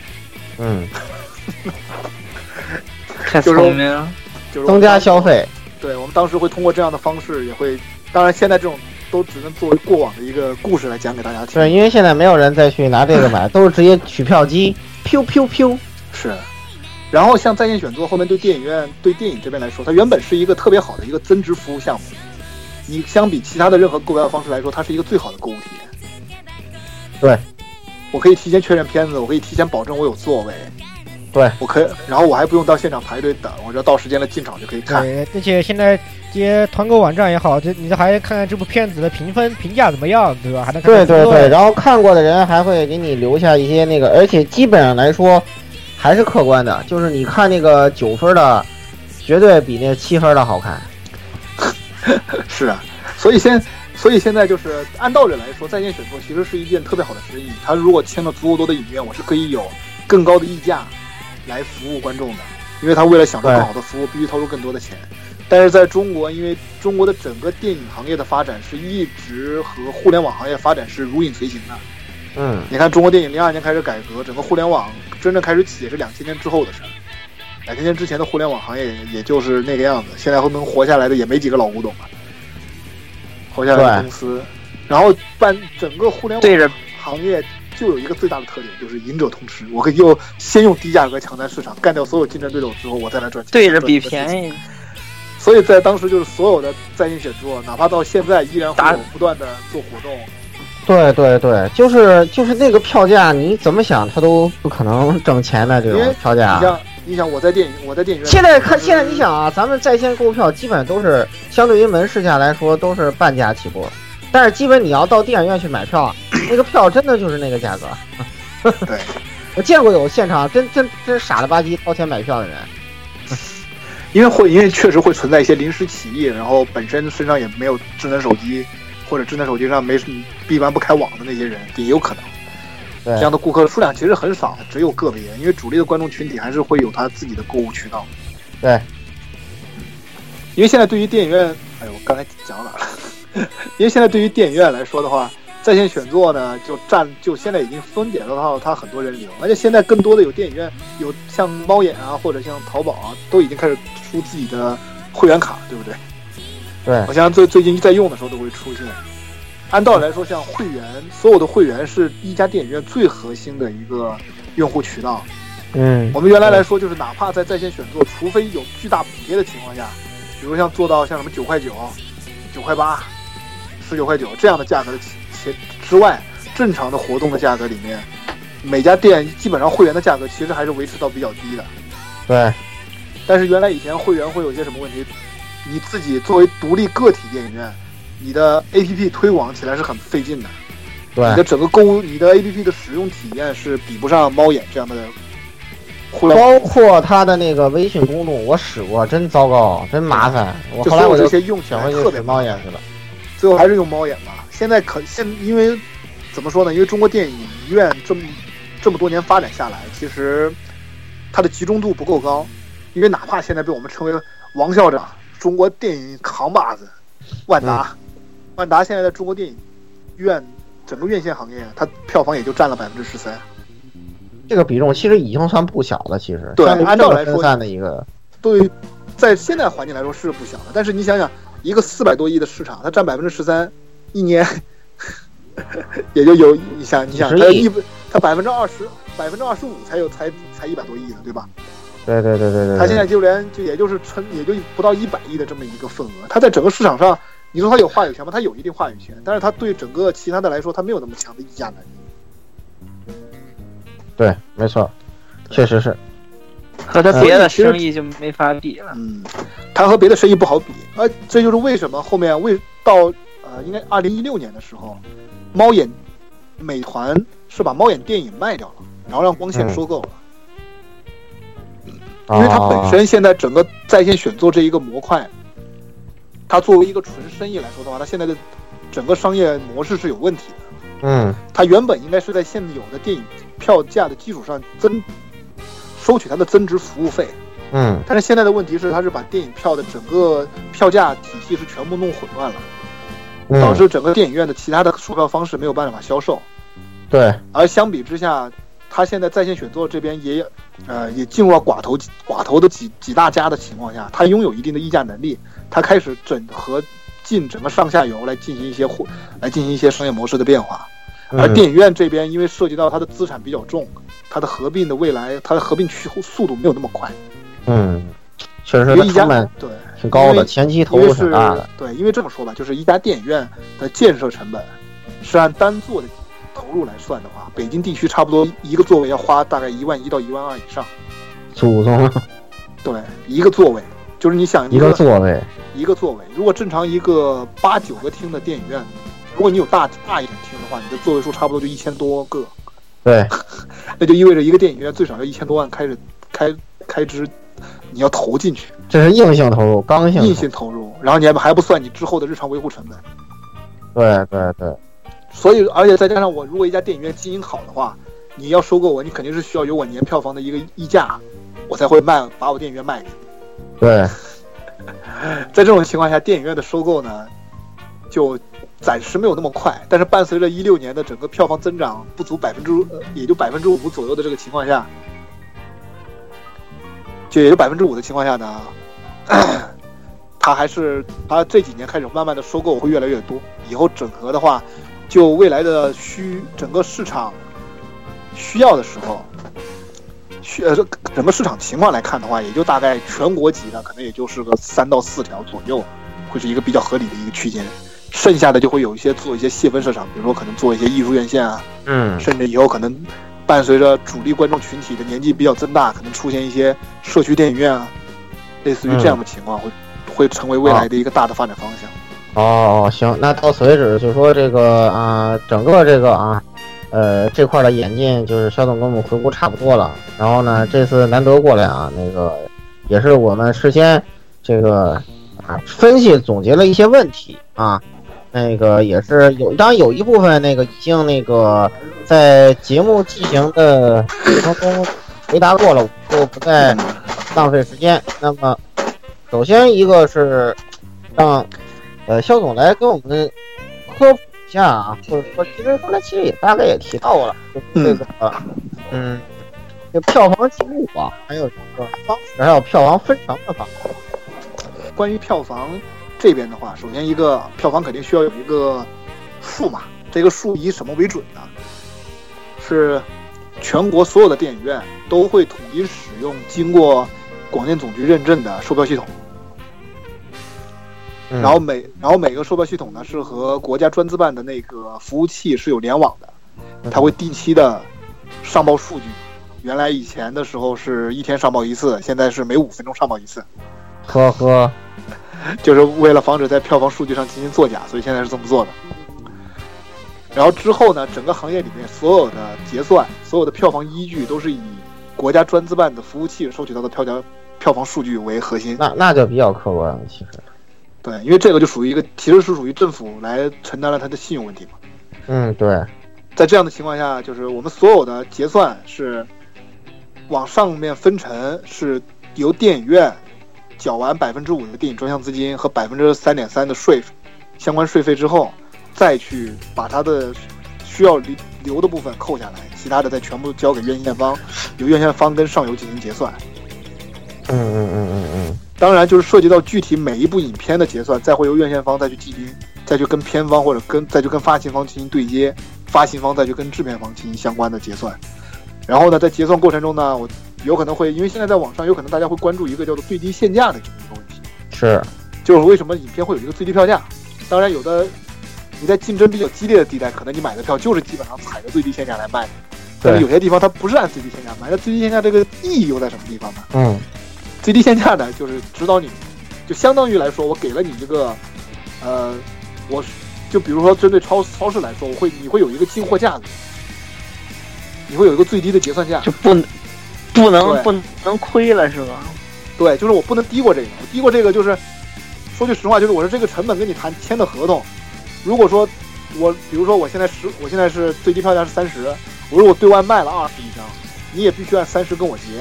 太聪明了， 就是增加消费。 对，我们当时会通过这样的方式，也会，当然现在这种都只能作为过往的一个故事来讲给大家听。 对，因为现在没有人再去拿这个买，都是直接取票机，噗。 是。然后像在线选座后面对电影这边来说，它原本是一个特别好的一个增值服务项目。你相比其他的任何购票方式来说，它是一个最好的购物体验。 对， 我可以提前确认片子，我可以提前保证我有座位。 对， 我可以，然后我还不用到现场排队等，我只要到时间了进场就可以看。 对，而且现在这些团购网站也好，你还看看这部片子的评价怎么样，对吧？还能看对，然后看过的人还会给你留下一些那个，而且基本上来说还是客观的，就是你看那个9分的，绝对比那7分的好看。 是啊，所以现在就是按道理来说，在线选座其实是一件特别好的生意。它如果签了足够多的影院，我是可以有更高的溢价来服务观众的，因为他为了享受更好的服务，必须投入更多的钱。但是在中国，因为中国的整个电影行业的发展是一直和互联网行业发展是如影随形的。你看中国电影02年开始改革，整个互联网真正开始起也是2000年之后的事儿。2000年之前的互联网行业也就是那个样子，现在能活下来的也没几个老古董了，活下来的公司。然后整个互联网行业就有一个最大的特点，就是赢者通吃。我可以先用低价格抢占市场，干掉所有竞争对手之后，我再来赚钱。 对着比便宜。 所以在当时就是所有的在线选座，哪怕到现在依然会有不断的做活动。 对，就是那个票价，你怎么想它都不可能挣钱的这种票价。 你想我在电影院。 现在你想啊，咱们在线购票基本都是相对于门市价来说都是半价起步，但是基本你要到电影院去买票，那个票真的就是那个价格。 对， 我见过有现场真傻了吧唧掏钱买票的人。 因为确实会存在一些临时起意，然后本身身上也没有智能手机，或者智能手机上一般不开网的那些人也有可能。这样的顾客数量其实很少，只有个别，因为主力的观众群体还是会有他自己的购物渠道。 对， 因为现在对于电影院，我刚才讲哪了？因为现在对于电影院来说的话，在线选座呢就现在已经分解到它很多人流，而且现在更多的有电影院有像猫眼啊或者像淘宝啊，都已经开始出自己的会员卡，对不对？ 对， 我相信最近在用的时候都会出现。按道理来说，像会员，所有的会员是一家电影院最核心的一个用户渠道。 我们原来来说，就是哪怕在线选座，除非有巨大补贴的情况下，比如像做到像什么9块9、9块8、19块9这样的价格的之外，正常的活动的价格里面，每家店基本上会员的价格其实还是维持到比较低的。 对。 但是原来以前会员会有些什么问题？你自己作为独立个体电影院，你的 APP 推广起来是很费劲的。 对。 你的整个你的 APP 的使用体验是比不上猫眼这样的。 包括他的那个微信公众，我使过，真糟糕，真麻烦。我后来我这些用起来特别猫眼去了， 最后还是用猫眼吧。现在因为怎么说呢？因为中国电影院这么多年发展下来，其实它的集中度不够高。因为哪怕现在被我们称为王校长、中国电影扛把子，万达现在在中国电影院整个院线行业，它票房也就占了13%。 这个比重其实已经算不小了，其实对，按照来说的一个对，在现在环境来说是不小的。但是你想想，一个400多亿的市场，它占13%，一年也就有你想它25%才100多亿的，对吧？ 对， 它现在也就不到100亿的这么一个份额。它在整个市场上，你说它有话语权吗？它有一定话语权，但是它对整个其他的来说，它没有那么强的议价能力。 对，没错，确实是和他别的生意就没法比了。 他和别的生意不好比，这就是为什么后面到应该2016年的时候，美团是把猫眼电影卖掉了，然后让光线收购了。因为它本身现在整个在线选座这一个模块，它作为一个纯生意来说的话，它现在的整个商业模式是有问题的。它原本应该是在现有的电影票价的基础上收取它的增值服务费。但是现在的问题是，它是把电影票的整个票价体系是全部弄混乱了，导致整个电影院的其他的售票方式没有办法销售。 对， 而相比之下，它现在在线选座这边也进入了寡头的几大家的情况下，它拥有一定的议价能力，它开始整合进整个上下游来进行一些商业模式的变化。而电影院这边因为涉及到它的资产比较重，它的合并速度没有那么快。 确实，成本对挺高的，前期投入挺大的。 对，因为这么说吧，就是一家电影院的建设成本是按单座的投入来算的话，北京地区差不多一个座位要花大概11000到12000以上。 祖宗！ 对，一个座位，就是你想一个座位， 如果正常一个8、9个厅的电影院，如果你有大一点厅的话，你的座位数差不多就1000多个。 对， 那就意味着一个电影院最少要1000多万开支，你要投进去。 这是硬性投入， 硬性投入，然后你还不算你之后的日常维护成本。 对。 所以，而且再加上我如果一家电影院经营好的话，你要收购我，你肯定是需要有我年票房的一个溢价，我才会把我电影院卖给你。 对， 在这种情况下，电影院的收购呢，就暂时没有那么快，但是伴随着16年的整个票房增长不足也就5%左右的这个情况下，也就5%的情况下呢，它这几年开始慢慢的收购会越来越多，以后整合的话，就未来的整个市场需要的时候，整个市场情况来看的话，也就大概全国级的可能也就是个3到4条左右，会是一个比较合理的一个区间。剩下的就会做一些细分市场，比如说可能做一些艺术院线啊，甚至以后可能伴随着主力观众群体的年纪比较增大，可能出现一些社区电影院啊，类似于这样的情况，会成为未来的一个大的发展方向。 行，那到此为止，就说这个整个这个这块的演进，就是肖总跟我们回顾差不多了。然后呢，这次难得过来那个也是我们事先这个分析总结了一些问题那个也是当然有一部分那个已经那个在节目进行的过程中回答过了，我就不再浪费时间。那么首先一个是让肖总来跟我们科普一下或者说其实也大概也提到了，就是这个这票房记录还有这个方式，还有票房分成的方式。 关于票房这边的话，首先一个票房肯定需要有一个数嘛，这个数以什么为准呢？是全国所有的电影院都会统一使用经过广电总局认证的售票系统。然后每个售票系统呢是和国家专资办的那个服务器是有联网的，它会定期的上报数据。原来以前的时候是1天上报一次，现在是每5分钟上报一次。 呵呵， 就是为了防止在票房数据上进行作假，所以现在是这么做的。然后之后呢，整个行业里面所有的结算、所有的票房依据都是以国家专资办的服务器收取到的票房数据为核心。 那就比较客观了，其实。 对，因为这个就属于其实是属于政府来承担了它的信用问题嘛。 对。 在这样的情况下，就是我们所有的结算是往上面分成，是由电影院缴完5%的电影专项资金和3.3%的相关税费之后，再去把它的需要留的部分扣下来，其他的再全部交给院线方，由院线方跟上游进行结算。当然，就是涉及到具体每一部影片的结算，再会由院线方再去跟片方或者再去跟发行方进行对接，发行方再去跟制片方进行相关的结算。然后呢，在结算过程中呢，我有可能会因为现在在网上有可能大家会关注一个叫做最低限价的这么一个问题， 是， 就是为什么影片会有一个最低票价？当然，有的你在竞争比较激烈的地带，可能你买的票就是基本上踩着最低限价来卖的，但是有些地方它不是按最低限价买，那最低限价这个意义又在什么地方呢？最低限价呢，就是指导你，就相当于来说，我给了你一个，我就比如说针对超市来说，你会有一个进货价格，你会有一个最低的结算价， 就不能亏了是吧？ 对，就是我不能低过这个，我低过这个就是说句实话，就是我是这个成本跟你签的合同，如果说比如说我现在是最低票价是30，我如果对外卖了20一张，你也必须按30跟我结。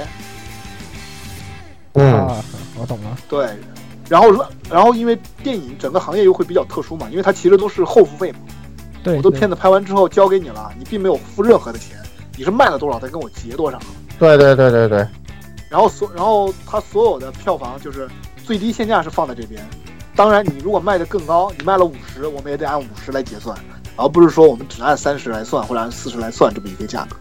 我懂了。 对，然后因为电影整个行业又会比较特殊嘛，因为它其实都是后付费嘛。 对， 我的片子拍完之后交给你了，你并没有付任何的钱，你是卖了多少再跟我结多少。 对。 然后它所有的票房就是最低限价是放在这边，当然你如果卖的更高，你卖了50，我们也得按50来结算，而不是说我们只按30来算或者按40来算这么一个价格。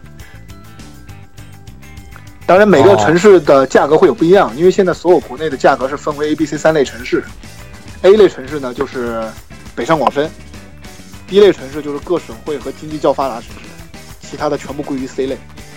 当然每个城市的价格会有不一样，因为现在所有国内的价格是分为 A、B、C 3类城市。A 类城市呢就是北上广深， B 类城市就是各省会和经济较发达城市，其他的全部归于 C 类。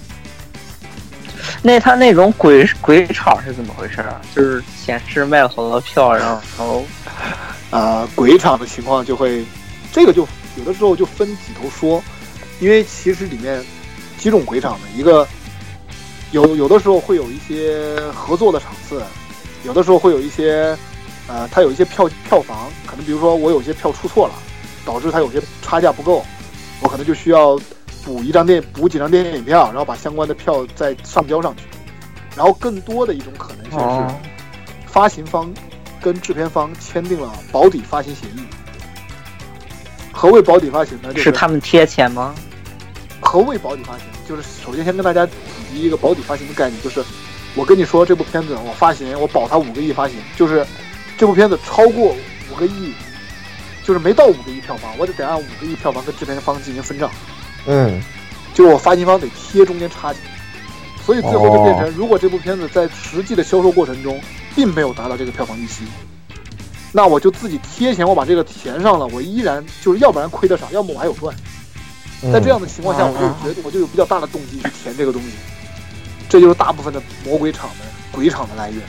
那他那种鬼场是怎么回事啊？就是显示卖了好多票，然后鬼场的情况就会，这个就有的时候就分几头说，因为其实里面几种鬼场的一个。有的时候会有一些合作的场次，有的时候会有一些，它有一些票房，可能比如说我有些票出错了，导致它有些差价不够，我可能就需要补几张电影票，然后把相关的票再上交上去。然后更多的一种可能性是，发行方跟制片方签订了保底发行协议。何谓保底发行呢？就是他们贴钱吗？ 何谓保底发行？就是首先先跟大家普及一个保底发行的概念，就是我跟你说这部片子我发行，我保它5个亿发行，就是这部片子超过5个亿，就是没到5个亿票房，我得按5个亿票房跟制片方进行分账。就是我发行方得贴中间差价，所以最后就变成，如果这部片子在实际的销售过程中并没有达到这个票房预期，那我就自己贴钱，我把这个填上了，我依然就是要不然亏得少，要么我还有赚。在这样的情况下，我就有比较大的动机去填这个东西，这就是大部分的魔鬼场的鬼场的来源。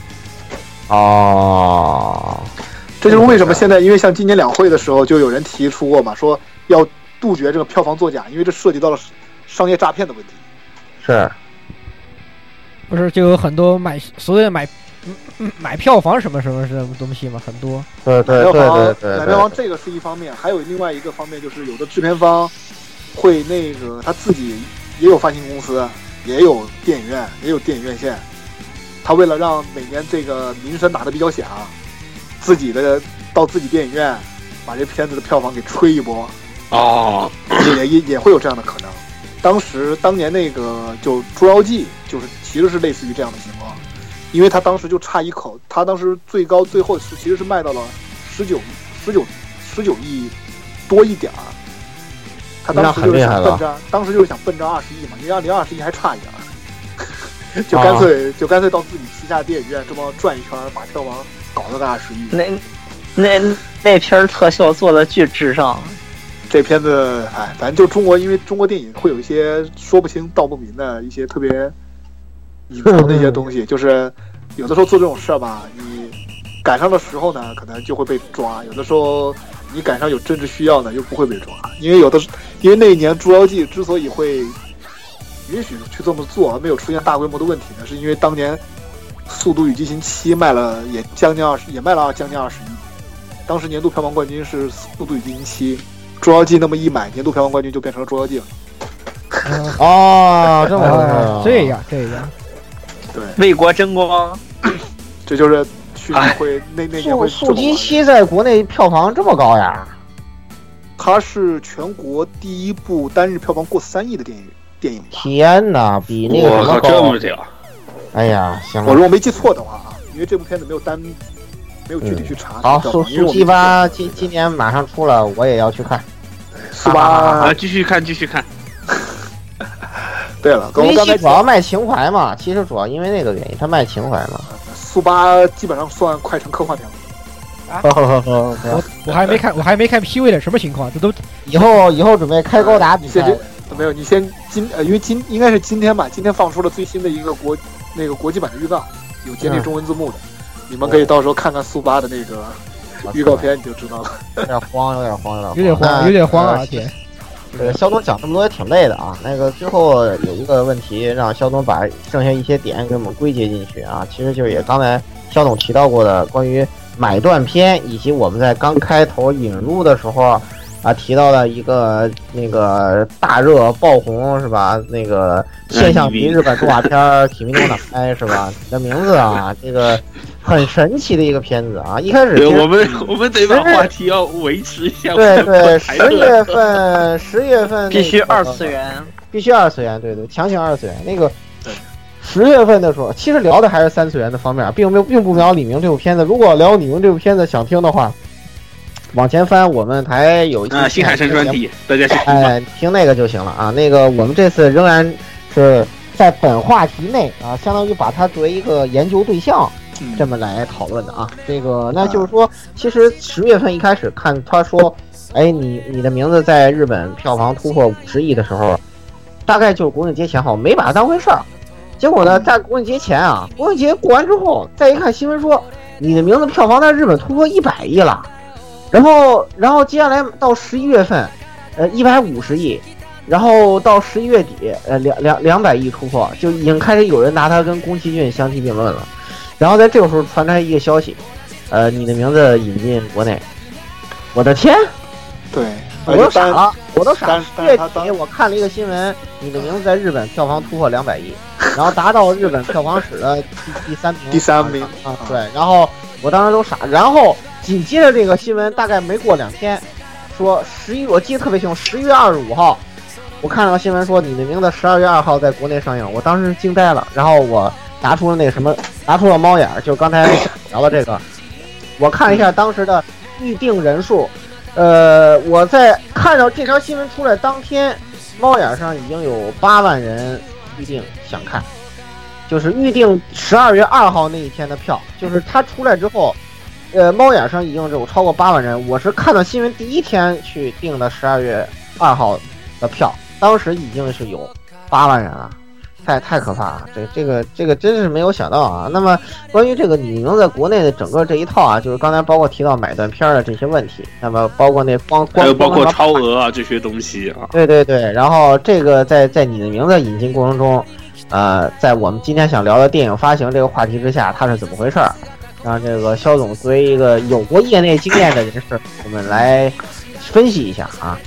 这就是为什么现在，因为像今年两会的时候，就有人提出过嘛，说要杜绝这个票房作假，因为这涉及到了商业诈骗的问题。 是， 不是就有很多所谓的买票房什么东西嘛，很多。 对， 买票房这个是一方面，还有另外一个方面就是有的制片方会他自己也有发行公司，也有电影院，也有电影院线，他为了让每年这个名声打得比较响，到自己电影院把这片子的票房给吹一波。也会有这样的可能。当年那个就《捉妖记》就是其实是类似于这样的情况，因为他当时就差一口，他当时最后其实是卖到了19亿多一点儿， 他当时就是想奔着20亿嘛，因为2020亿还差一点，就干脆到自己旗下电影院这么转一圈，把票房搞到个20亿。 那片特效做的巨智障。 这片子，反正就中国，因为中国电影会有一些说不清道不明的一些特别隐藏的一些东西，就是有的时候做这种事儿吧，你赶上的时候呢，可能就会被抓；有的时候你赶上有政治需要呢，又不会被抓。因为那一年《捉妖记》之所以会允许去这么做，而没有出现大规模的问题呢，是因为当年《速度与激情7》卖了卖了将近20亿，当时年度票房冠军是《速度与激情7》。捉妖记那么一买，年度票房冠军就变成了捉妖记了。 哦，这么回事， 这样， 对， 为国争光， 这就是去年会那年会。 速激7在国内票房这么高呀？ 它是全国第一部单日票房过3亿的电影吧？ 天哪，比那个什么高！ 这么屌！ 哎呀，行了， 我如果没记错的话啊，因为这部片子没有具体去查。 好，速激8今年马上出了，我也要去看。 速8 继续看。 对了， 速激7主要卖情怀嘛，其实主要因为那个原因，它卖情怀嘛。 速8基本上算快成科幻片了。 我还没看 PV 的什么情况？这都以后准备开高达比赛。 没有，你先因为应该是今天吧，今天放出了最新的一个国际版的预告，有简体中文字幕的。你们可以到时候看看速8的那个预告片，你就知道了。 有点慌啊！天， 这个肖总讲这么多也挺累的啊。那个最后有一个问题，让肖总把剩下一些点给我们归结进去啊。其实就是也刚才肖总提到过的关于买断片，以及我们在刚开头引入的时候啊提到了一个那个大热爆红是吧？那个现象级日本动画片《启明牛奶》是吧？你的名字啊，这个很神奇的一个片子啊！一开始我们得把话题要维持一下。 对，10月份必须2次元， 对，强行2次元。那个10月份的时候，其实聊的还是3次元的方面，并不聊李明这部片子。如果聊李明这部片子想听的话，往前翻，我们台有一期新海诚专题，大家去听那个就行了啊。那个我们这次仍然是在本话题内啊，相当于把它作为一个研究对象。这么来讨论的啊，这个那就是说，其实10月份一开始看他说，哎，你的名字在日本票房突破50亿的时候，大概就是国庆节前后，没把它当回事儿。结果呢，在国庆节前啊，国庆节过完之后，再一看新闻说，你的名字票房在日本突破100亿了，然后接下来到11月份，150亿。然后到11月底，200亿突破，就已经开始有人拿它跟宫崎骏相提并论了。然后在这个时候传出来一个消息，你的名字引进国内，我的天， 对， 我都傻了。月底我看了一个新闻，你的名字在日本票房突破200亿，然后达到日本票房史的第三名啊，对。然后我当时都傻，然后紧接着这个新闻大概没过2天，说我记得特别清楚，11月25号，我看到新闻说你的名字12月2号在国内上映，我当时惊呆了，然后我拿出了猫眼，就刚才聊的这个，我看一下当时的预定人数，我在看到这条新闻出来当天，猫眼上已经有8万人预定想看，就是预定12月2号那一天的票，就是它出来之后，猫眼上已经有超过8万人，我是看到新闻第一天去订的12月2号的票，当时已经是有8万人了。太可怕了，这个真是没有想到啊。那么关于这个你能在国内的整个这一套啊，就是刚才包括提到买断片的这些问题，那么包括那还有包括超额啊这些东西啊。 对，然后这个在你的名字引进过程中，在我们今天想聊的电影发行这个话题之下，它是怎么回事？让这个肖总作为一个有过业内经验的人士，我们来分析一下啊。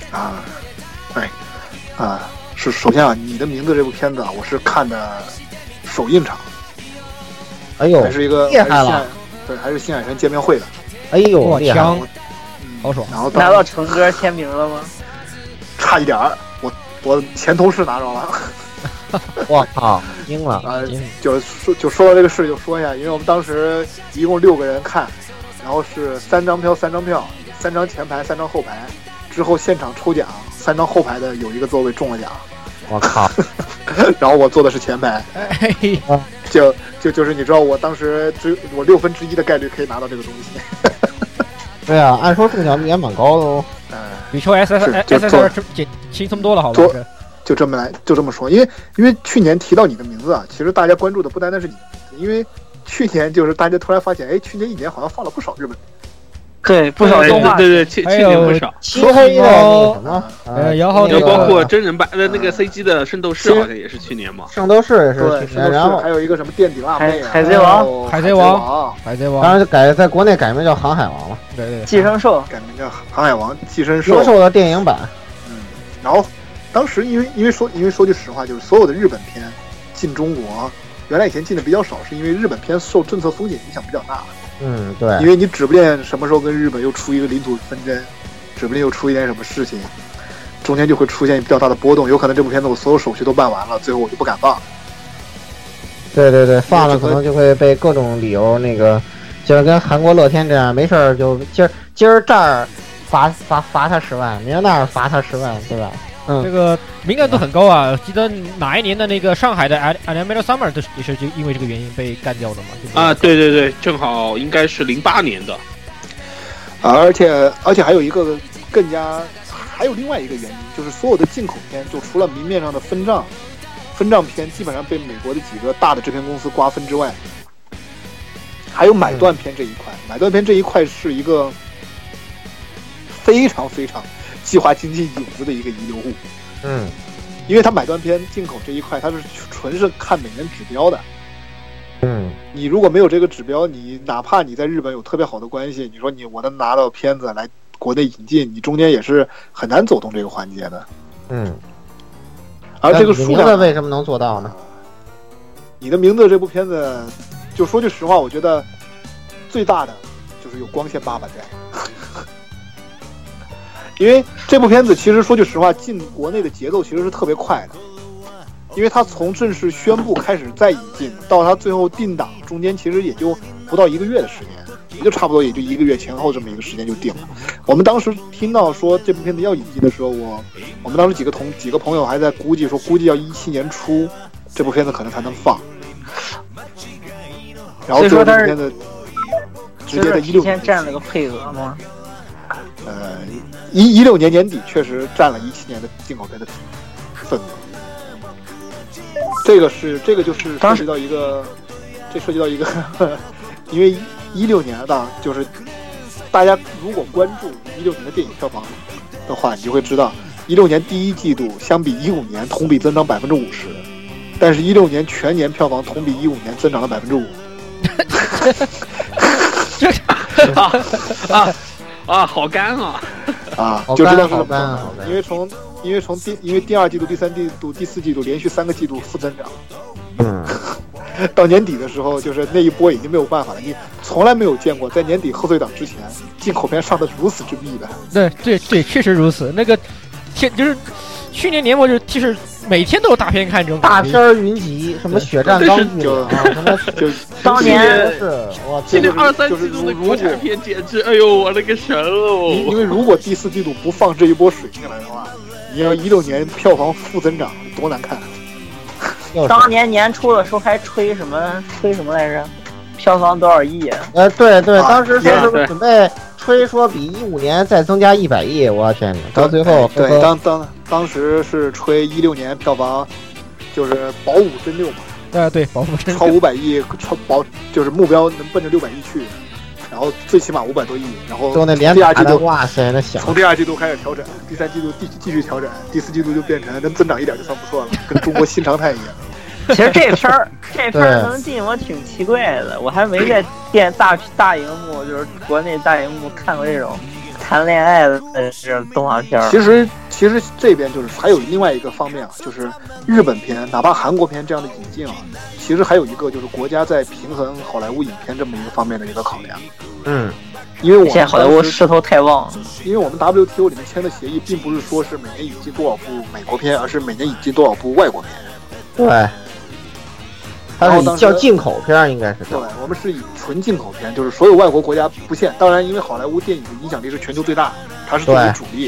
是首先啊，你的名字这部片子啊，我是看的首映场。 哎呦， 还是一个厉害了， 对，还是新海诚见面会的。 哎呦，厉害， 好爽！ 然后拿到成哥签名了吗？ 差一点儿，我前同事拿着了。 我靠，惊了啊！ 就说到这个事就说一下，因为我们当时一共6个人看，然后是3张票，3张前排，3张后排，之后现场抽奖 3张后排的有一个座位中了奖， 我靠！ 然后我坐的是前排，就是你知道我当时我1/6的概率可以拿到这个东西。 对啊，按说中奖率也蛮高的哦。 比抽 SSR 轻松多了，好吧？ 就这么说，因为去年提到你的名字啊，其实大家关注的不单单是你的名字，因为去年就是大家突然发现，哎，去年一年好像放了不少日本。 对，不少动画， 对，去年不少。 漆黑的那什么， 然后就包括真人版的那个 CG 的圣斗士，好像也是去年嘛。 圣斗士也是去年，然后还有一个什么垫底辣妹啊， 海贼王， 当然在国内改名叫航海王了。 对， 寄生兽改名叫航海王寄生兽的电影版。 然后当时因为说句实话，就是所有的日本片进中国，原来以前进的比较少，是因为日本片受政策风险影响比较大。 对， 因为你指不定什么时候跟日本又出一个领土纷争，指不定又出一点什么事情，中间就会出现比较大的波动，有可能这部片子我所有手续都办完了，最后我就不敢放。 对，放了可能就会被各种理由就是跟韩国乐天这样，没事儿就今儿这儿罚他10万，明儿那儿罚他10万，对吧？ 这个敏感度很高啊！记得哪一年的那个上海的 Animal Summer 也是就因为这个原因被干掉的嘛？ 对，正好应该是08年的。 而且还有另外一个原因，就是所有的进口片，就除了明面上的分账片基本上被美国的几个大的制片公司瓜分之外，还有买断片这一块。买断片这一块是一个非常非常计划经济影子的一个遗留物。因为它买断片进口这一块，它是纯是看每年指标的。你如果没有这个指标，你哪怕你在日本有特别好的关系，你说我能拿到片子来国内引进，你中间也是很难走动这个环节的。而这个数量为什么能做到呢？ 你的名字这部片子，就说句实话，我觉得最大的就是有光线爸爸在。因为这部片子其实说句实话，进国内的节奏其实是特别快的，因为它从正式宣布开始再引进到它最后定档中间，其实也就不到1个月的时间，也就差不多也就1个月前后这么一个时间就定了。我们当时听到说这部片子要引进的时候，我们当时几个朋友还在估计要17年初这部片子可能才能放，然后最后这部片子直接在16年占了个配额吗 ？16年年底确实占了17年的进口片的份额。这个就是涉及到一个，因为16年的，就是大家如果关注16年的电影票房的话，你就会知道，16年第一季度相比15年同比增长50%，但是16年全年票房同比15年增长了5%。 好干啊！ 就知道是怎么干，因为第2季度、第3季度、第4季度连续3个季度负增长。到年底的时候，就是那一波已经没有办法了。你从来没有见过在年底贺岁档之前，进口片上的如此之密的。 对，确实如此。那个就是去年年末就是每天都有大片看，这种大片云集，什么血战钢锯什么当年是今年2、3季度的国产片简直，哎呦我的个神哦！ 因为如果第4季度不放这一波水进来的话，你要16年票房负增长，多难看！ 当年年初的时候还吹什么来着？票房多少亿？ 对，当时说是准备吹说比15年再增加100亿，我天哪！到最后对，当时是吹16年票房就是保5真6嘛。 对，保5真6 超500亿，就是目标能奔着600亿去，然后最起码500多亿，然后就那第2季度哇塞，那想从第2季度开始调整，第3季度继续调整，第4季度就变成能增长一点就算不错了，跟中国新常态一样。 其实这片儿能进我挺奇怪的，我还没在大荧幕，就是国内大荧幕看过这种谈恋爱的这种动画片。 其实这边就是还有另外一个方面啊，就是日本片，哪怕韩国片这样的引进啊，其实还有一个就是国家在平衡好莱坞影片这么一个方面的一个考量。因为我们现在好莱坞势头太旺， 因为我们 WTO 里面签的协议，并不是说是每年引进多少部美国片，而是每年引进多少部外国片。 对。它是叫进口片，应该是对，我们是以纯进口片，就是所有外国国家不限。当然，因为好莱坞电影的影响力是全球最大，它是作为主力。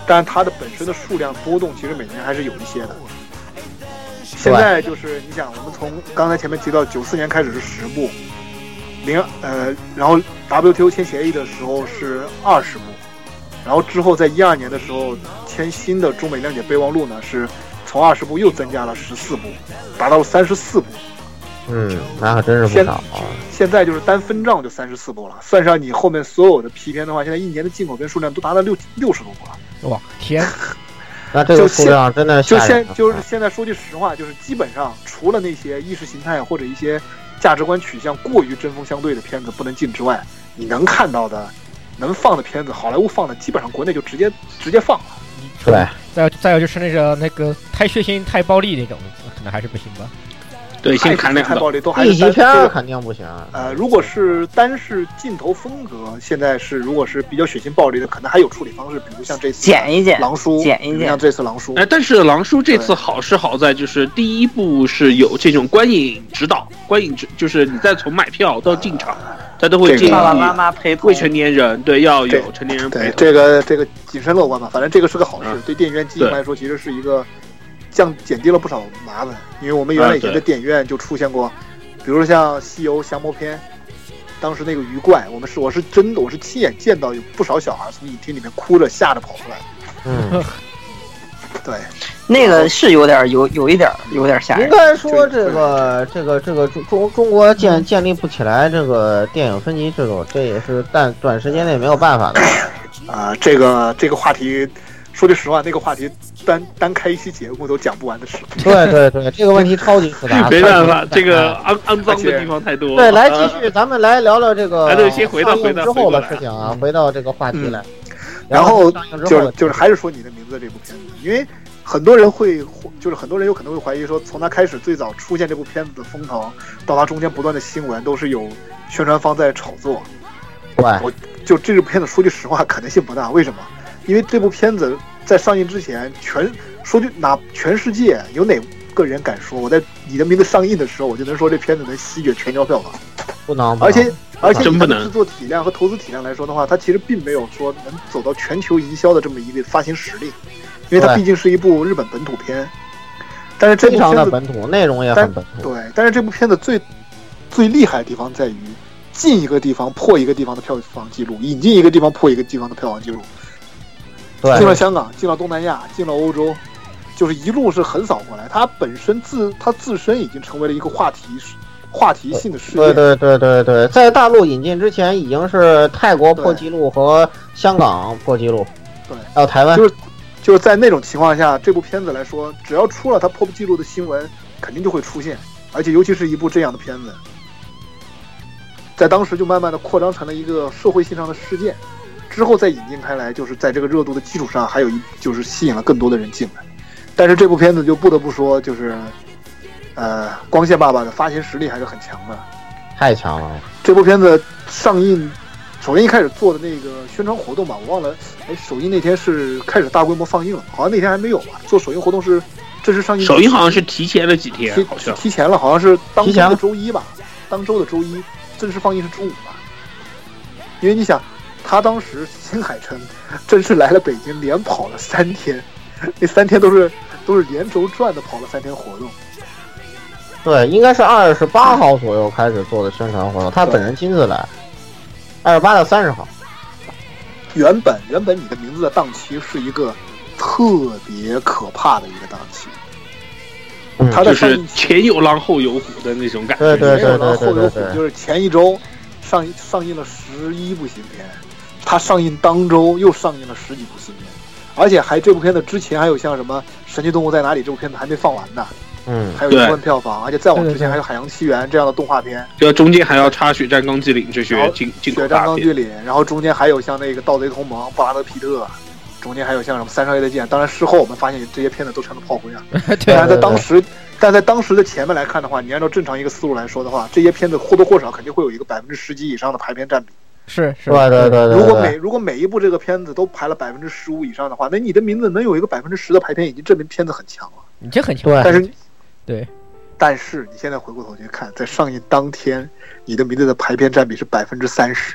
但它的本身的数量波动其实每年还是有一些的。现在就是你想，我们从刚才前面提到94年开始是10部，然后 WTO 签协议的时候是20部，然后之后在12年的时候签新的中美谅解备忘录呢，是从20部又增加了14部，达到了34部。 那可真是不少啊！ 现在就是单分账就34部了，算上你后面所有的批片的话，现在一年的进口片数量都达到60多部了。 哇，天！ 那这个数量真的就是现在说句实话，就是基本上除了那些意识形态或者一些价值观取向过于针锋相对的片子不能进之外，你能看到的、能放的片子，好莱坞放的基本上国内就直接放了。 对， 再有就是那个太血腥、太暴力那种，可能还是不行吧。 对，先砍太暴力都还是一级片肯定不行。 如果是单是镜头风格，现在是如果是比较血腥暴力的，可能还有处理方式，比如像这次剪一剪狼叔， 剪一剪， 像这次狼叔。 但是狼叔这次好是好在就是第一部是有这种观影指导，就是你再从买票到进场，他都会建议爸爸妈妈陪同未成年人，对，要有成年人陪同。 这个谨慎乐观吧，反正这个是个好事，对电影院经营来说其实是一个减低了不少麻烦，因为我们原来以前在电影院就出现过，比如说像《西游降魔篇》，当时那个鱼怪，我是亲眼见到有不少小孩从影厅里面哭着吓着跑出来。对， 那个是有点吓人。 应该说这个中国建立不起来这个电影分级制度，这也是短时间内没有办法的。 这个话题。说句实话，那个话题单开一期节目都讲不完的事。 对，这个问题超级复杂。 没办法，这个肮脏的地方太多。 对，来继续，咱们来聊聊这个先回到之后的事情啊，回到这个话题来。 然后就是还是说你的名字这部片子，因为很多人有可能会怀疑说，从他开始最早出现这部片子的风头，到他中间不断的新闻，都是有宣传方在炒作。我就这部片子说句实话，可能性不大。为什么？因为这部片子在上映之前，全世界有哪个人敢说我在你的名字上映的时候，我就能说这片子能席卷全球票房？ 不能。 而且以它的制作体量和投资体量来说的话，它其实并没有说能走到全球营销的这么一个发行实力，因为它毕竟是一部日本本土片。但是这部片子非常的本土，内容也很本土。 对，但是这部片子最厉害的地方在于进一个地方破一个地方的票房记录，引进一个地方破一个地方的票房记录。进了香港，进了东南亚，进了欧洲，就是一路是横扫过来。它自身已经成为了一个话题性的事件。 对，在大陆引进之前，已经是泰国破纪录和香港破纪录， 对， 还有台湾。 就是在那种情况下，这部片子来说，只要出了它破纪录的新闻，肯定就会出现，而且尤其是一部这样的片子，在当时就慢慢的扩张成了一个社会性上的事件。之后再引进开来，就是在这个热度的基础上，还有就是吸引了更多的人进来。但是这部片子就不得不说，就是光线爸爸的发行实力还是很强的， 太强了。 这部片子上映，首先一开始做的那个宣传活动吧，我忘了，首映那天是开始大规模放映了，好像那天还没有吧？做首映活动是正式上映， 首映好像是提前了几天，好像提前了，好像是当周的周一吧，当周的周一，正式放映是周五吧？因为你想。他当时新海诚正式来了北京，连跑了3天，那3天都是连轴转的跑了3天活动。 对，应该是28号左右开始做的宣传活动，他本人亲自来，28到30号。 原本你的名字的档期是一个特别可怕的一个档期，他的就是前有狼后有虎的那种感觉。 对， 前有狼后有虎，就是前一周上映了11部新片。它上映当周又上映了10几部新片，而且这部片子之前还有像什么《神奇动物在哪里》这部片子还没放完呢，还有1万票房，而且再往之前还有《海洋奇缘》这样的动画片， 这中间还要插《血战钢锯岭》这些进口大片。血战钢锯岭，然后中间还有像那个《盗贼同盟》布拉德皮特，中间还有像什么《三少爷的剑》，当然事后我们发现这些片子都成了炮灰啊。但在当时的前面来看的话，你按照正常一个思路来说的话，这些片子或多或少肯定会有一个10%几以上的排片占比。 是， 对。 如果每一部这个片子都排了15%以上的话，那你的名字能有一个10%的排片，已经证明片子很强了。 你这很强。 但是你现在回过头去看，在上映当天，你的名字的排片占比是30%。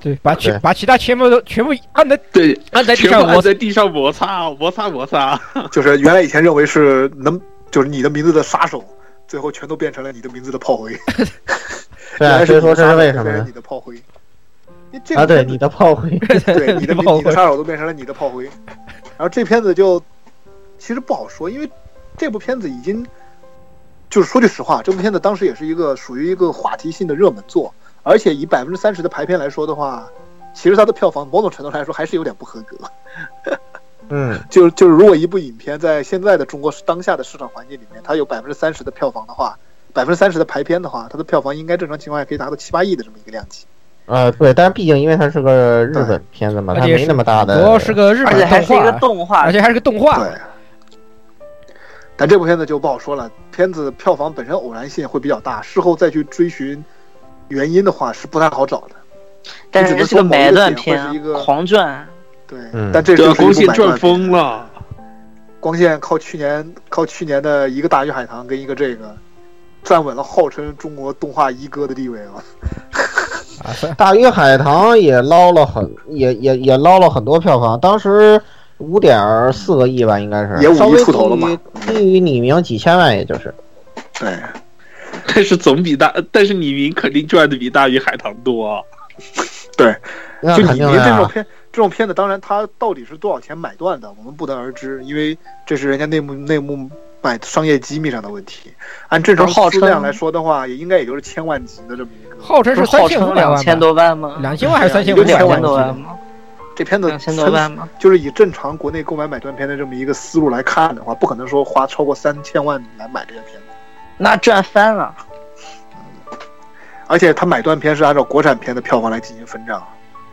对，把其他全部按在地上按在地上摩擦， 就是原来以前认为是就是你的名字的杀手，最后全都变成了你的名字的炮灰。 对啊，所以说这是为什么呢？ 你的炮灰。 啊，对，你的炮灰， 对，你的杀手都变成了你的炮灰。然后这片子就其实不好说，因为这部片子已经就是说句实话，这部片子当时也是属于一个话题性的热门作，而且以30%的排片来说的话，其实它的票房某种程度上来说还是有点不合格。就是如果一部影片在现在的中国当下的市场环境里面，它有30%的票房的话，30%的排片的话，它的票房应该正常情况下可以达到7-8亿的这么一个量级。 对，但是毕竟因为它是个日本片子嘛，它没那么大的， 主要是个日本动画， 而且还是一个动画， 而且还是个动画。 对。但这部片子就不好说了，片子票房本身偶然性会比较大，事后再去追寻原因的话是不太好找的。 但是这个买断片狂赚。 对，但这是光线赚疯了。 光线靠去年的一个大鱼海棠跟一个这个，站稳了号称中国动画一哥的地位了。 大鱼海棠也捞了很多票房，当时5.4个亿吧，应该是也5亿出头了嘛， 低于李明几千万，也就是。 对， 但是李明肯定赚的比大鱼海棠多啊。 对，就李明这种片子，当然它到底是多少钱买断的，我们不得而知，因为这是人家内幕买商业机密上的问题。按正常数量来说的话，也就是1000万级的这么一个。 号称是 2500多万吗 ？2000万还是 3000 多万吗？ 这片子 2000多万吗？ 就是以正常国内购买买断片的这么一个思路来看的话，不可能说花超过3000万来买这个片子， 那赚翻了。 而且他买断片是按照国产片的票房来进行分账。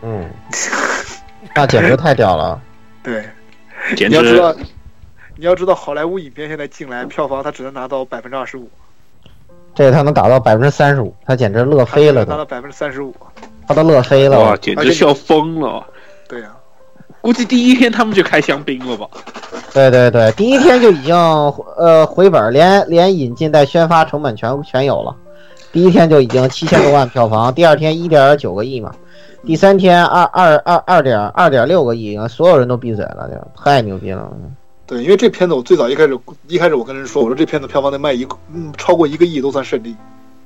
那简直太屌了。 对， 简直你要知道，好莱坞影片现在进来票房，它只能拿到25%， 这他能打到35%，他简直乐飞了都。 拿到35%， 他都乐飞了， 哇，简直笑疯了。 对呀， 估计第一天他们就开香槟了吧？ 对，第一天就已经回本，连引进带宣发成本全有了。第一天就已经7000多万票房，第二天1.9个亿嘛，第三天2.6个亿，所有人都闭嘴了，太牛逼了。 对，因为这片子我最早一开始我跟人说，我说这片子票房能卖超过1个亿都算胜利。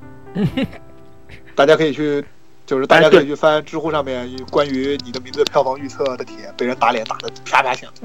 大家可以去翻知乎上面关于你的名字票房预测的帖，被人打脸打得啪啪响。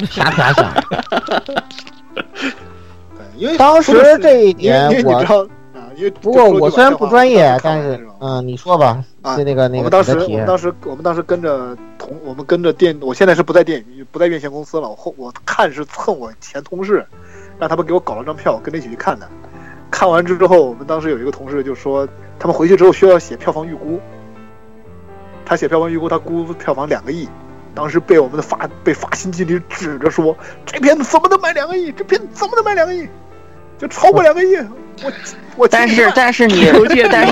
对，因为当时这一点我。不过我虽然不专业，但是你说吧，那个我们当时跟着我现在是不在院线公司了，我看是蹭我前同事，让他们给我搞了张票，跟着一起去看的。看完之后，我们当时有一个同事就说，他们回去之后需要写票房预估，他写票房预估，他估票房2个亿。当时被我们的发行经理指着说，这片子怎么能卖2个亿？这片子怎么能卖2个亿？就超过2个亿。但是你如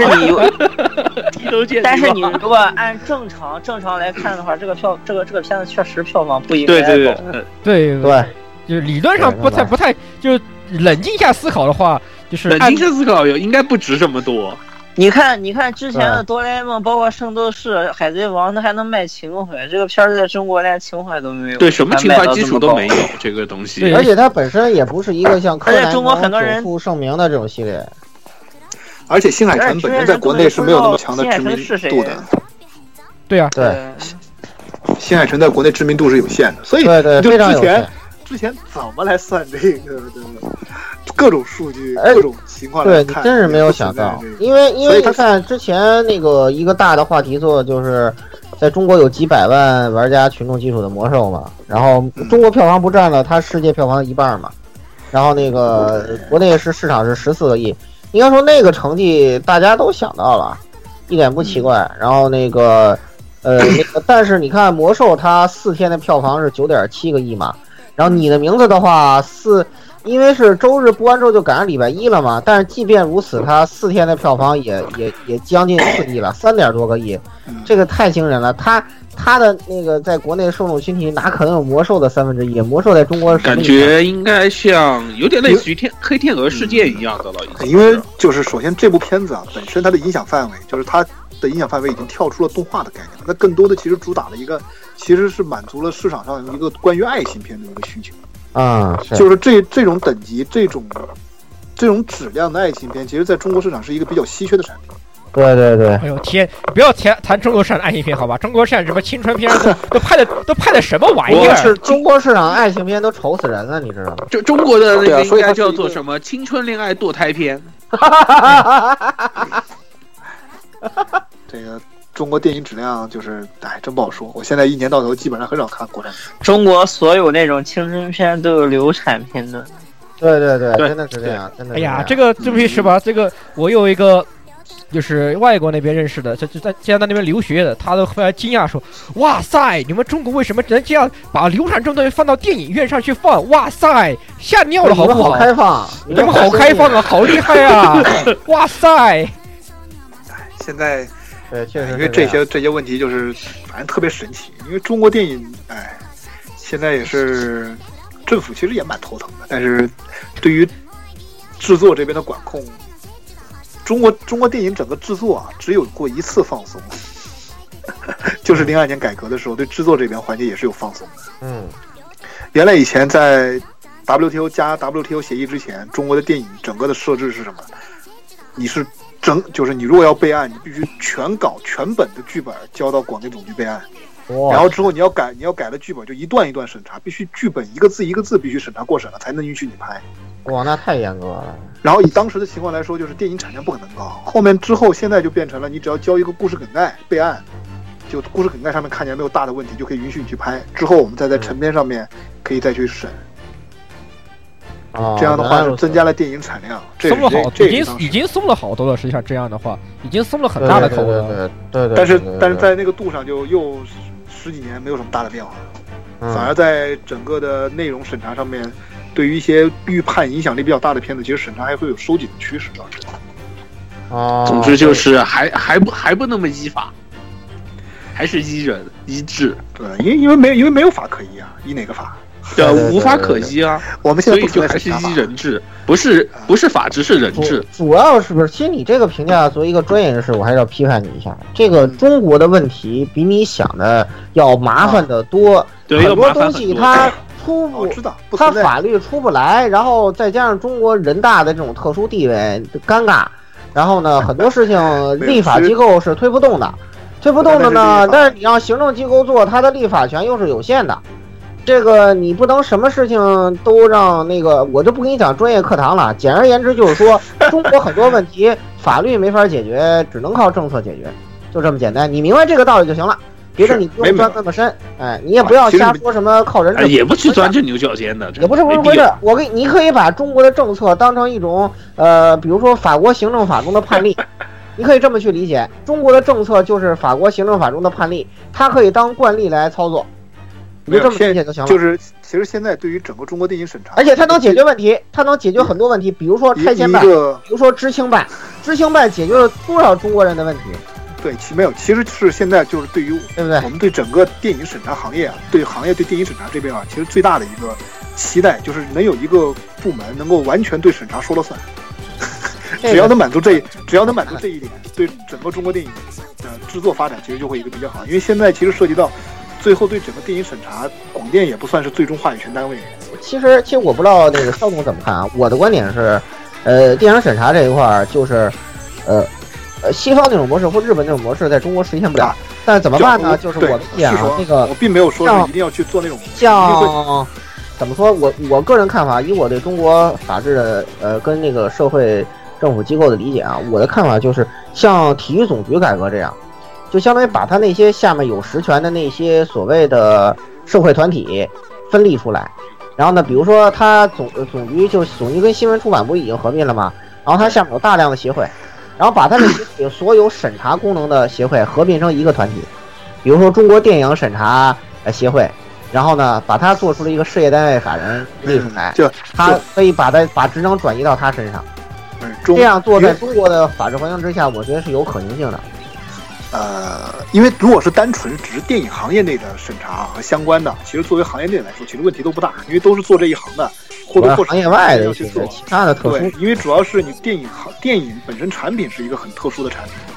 果按正常来看的话，这个片子确实票房不应该对，就是理论上不太，就是冷静下思考的话，就是冷静下思考应该不值这么多。 你看之前的哆啦 A 梦，包括圣斗士、海贼王，它还能卖情怀，这个片儿在中国连情怀都没有。 对，什么情怀基础都没有，这个东西。 而且它本身也不是一个像柯南中国很多人久负盛名的这种系列。 而且新海诚本身在国内是没有那么强的知名度的。 对啊， 对， 新海诚在国内知名度是有限的，所以对就之前怎么来算这个各种数据、各种情况来看， 对，真是没有想到，因为你看之前那个一个大的话题作就是在中国有几百万玩家群众基础的魔兽嘛，然后中国票房不占了它世界票房的1半嘛，然后那个国内市场是14个亿。应该说那个成绩大家都想到了，一点不奇怪。然后但是你看魔兽它4天的票房是9.7个亿嘛，然后你的名字的话因为是周日播完之后就赶上礼拜1了嘛，但是即便如此，它4天的票房也将近4亿了，3点多个亿，这个太惊人了。他的那个在国内受众群体哪可能有魔兽的1/3？魔兽在中国感觉应该像有点类似于黑天鹅事件一样的了， 因为就是首先这部片子啊本身它的影响范围就是它的影响范围已经跳出了动画的概念，它更多的其实主打了一个，其实是满足了市场上一个关于爱情片的一个需求。就是这种等级、这种质量的爱情片，其实在中国市场是一个比较稀缺的产品。 对。 哎呦天，不要谈中国市场的爱情片好吧？中国市场什么青春片都拍的什么玩意儿？ 中国市场爱情片都愁死人了，你知道吗？ 就中国的那个应该叫做什么青春恋爱堕胎片。 这个中国电影质量就是真不好说。我现在一年到头基本上很少看国产片。 中国所有那种青春片都有流产片段。 对，真的是这样，真的。 哎呀，这个对不起是吧？这个我有一个。就是外国那边认识的，就在那边留学的，他都非常惊讶说：“哇塞，你们中国为什么能这样把流产这种东西放到电影院上去放？哇塞，吓尿了好不好？ 开放， 你们好开放啊，好厉害啊！哇塞！” 现在， 确实， 因为这些问题就是反正特别神奇，因为中国电影，现在也是政府其实也蛮头疼的，但是对于制作这边的管控。中国电影整个制作只有过一次放松，就是02年改革的时候，对制作这边环节也是有放松的。原来以前在 WTO 加 WTO 协议之前，中国的电影整个的设置是什么？你是就是你如果要备案，你必须全稿全本的剧本交到广电总局备案，然后之后你要改的剧本就一段一段审查，必须剧本一个字一个字必须审查过审了才能允许你拍。 哇，那太严格了。 然后以当时的情况来说，就是电影产量不可能高。现在就变成了，你只要交一个故事梗概备案，就故事梗概上面看起来没有大的问题，就可以允许你去拍。之后我们再在成片上面可以再去审。这样的话就增加了电影产量。 松了好，已经松了好多了。实际上这样的话，已经松了很大的口了。 对。 但是在那个度上就又10几年没有什么大的变化，反而在整个的内容审查上面。对于一些预判影响力比较大的片子，其实审查还会有收紧的趋势，主要是。 总之就是还不那么依法，还是依人依制。 对，因为没有法可依啊，依哪个法？ 无法可依啊。 我们现在所以就还是依人治，不是法治，是人治。 主要是不是？其实你这个评价作为一个专业人士，我还是要批判你一下。这个中国的问题比你想的要麻烦得多，很多东西它。他法律出不来，然后再加上中国人大的这种特殊地位尴尬，然后呢，很多事情立法机构是推不动的呢。但是你让行政机构做，它的立法权又是有限的。这个你不能什么事情都让那个，我就不跟你讲专业课堂了。简而言之就是说，中国很多问题法律没法解决，只能靠政策解决，就这么简单。你明白这个道理就行了。别的你不用钻那么深，你也不要瞎说什么靠人治， 也不去钻这牛角尖的， 也不是回事。你可以把中国的政策当成一种比如说法国行政法中的判例，你可以这么去理解，中国的政策就是法国行政法中的判例，它可以当惯例来操作，你就这么理解就行了。 就是其实现在对于整个中国电影审查， 而且它能解决问题，它能解决很多问题，比如说拆迁办，比如说知青办解决了多少中国人的问题。 对，其实是现在就是对于对不对？ 我们对整个电影审查行业对电影审查这边其实最大的一个期待就是能有一个部门能够完全对审查说了算。只要能满足这一点，对整个中国电影的制作发展其实就会一个比较好。因为现在其实涉及到最后对整个电影审查，广电也不算是最终话语权单位。 其实我不知道那个邵总怎么看啊？我的观点是，电影审查这一块就是西方那种模式或日本那种模式在中国实现不了，但是怎么办呢？就是我的意见啊，那个我并没有说是一定要去做那种像怎么说，我个人看法，以我对中国法治的跟那个社会政府机构的理解啊，我的看法就是像体育总局改革这样，就相当于把他那些下面有实权的那些所谓的社会团体分立出来，然后呢，比如说他总局跟新闻出版不已经合并了吗？然后它下面有大量的协会。然后把他们所有审查功能的协会合并成一个团体，比如说中国电影审查协会，然后呢，把它做出了一个事业单位法人立出来，他可以把职能转移到他身上，这样做在中国的法治环境之下，我觉得是有可行性的。 因为如果是单纯只是电影行业内的审查和相关的，其实作为行业内来说，其实问题都不大，因为都是做这一行的。或者行业外的去做其他的特殊， 对，因为主要是你电影本身产品是一个很特殊的产品，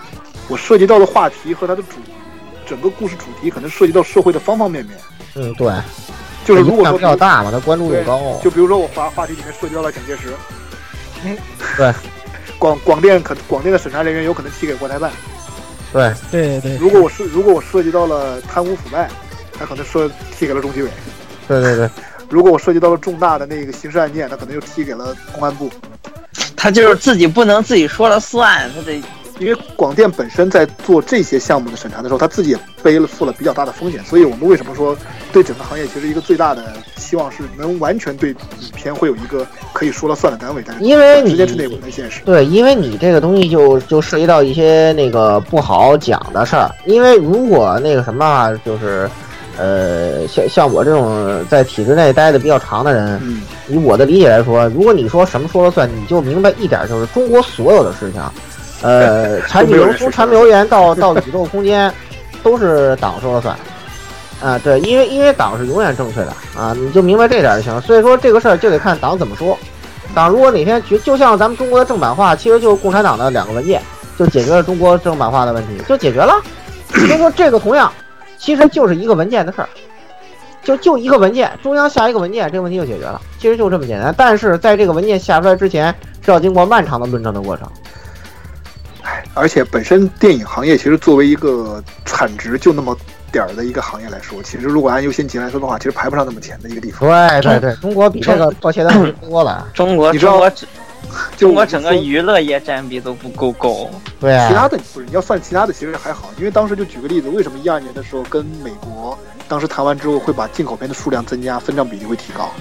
我涉及到的话题和它的整个故事主题可能涉及到社会的方方面面。 对， 就是如果说比较大嘛，它关注度高。 就比如说我话题里面涉及到了蒋介石， 对， 广电的审查人员有可能踢给国台办。 对。 如果我涉及到了贪污腐败，他可能踢给了中纪委。 对。 如果我涉及到了重大的那个刑事案件，他可能又踢给了公安部。 他就是自己不能自己说了算，他得。 因为广电本身在做这些项目的审查的时候，他自己也负了比较大的风险，所以我们为什么说对整个行业其实一个最大的期望是能完全对影片会有一个可以说了算的单位，但是因为时间之内不能现实。 对，因为你这个东西就涉及到一些那个不好讲的事儿，因为如果那个什么就是像我这种在体制内待的比较长的人，以我的理解来说，如果你说什么说了算，你就明白一点，就是中国所有的事情。产品从产品油源到宇宙空间，都是党说了算，对，因为党是永远正确的啊，你就明白这点就行了。所以说这个事儿就得看党怎么说。党如果哪天就像咱们中国的正版化，其实就是共产党的2个文件，就解决了中国正版化的问题，就解决了。所以说这个同样，其实就是一个文件的事儿，就一个文件，中央下一个文件，这个问题就解决了，其实就这么简单。但是在这个文件下出来之前，是要经过漫长的论证的过程。 而且本身电影行业其实作为一个产值就那么点儿的一个行业来说，其实如果按优先级来说的话，其实排不上那么前的一个地方。 对，中国比这个迫切的多了。 中国整个娱乐业占比都不够高。 对啊， 其他的不是，你要算其他的其实还好，因为当时就举个例子，为什么12年的时候跟美国当时谈完之后会把进口片的数量增加，分账比例会提高。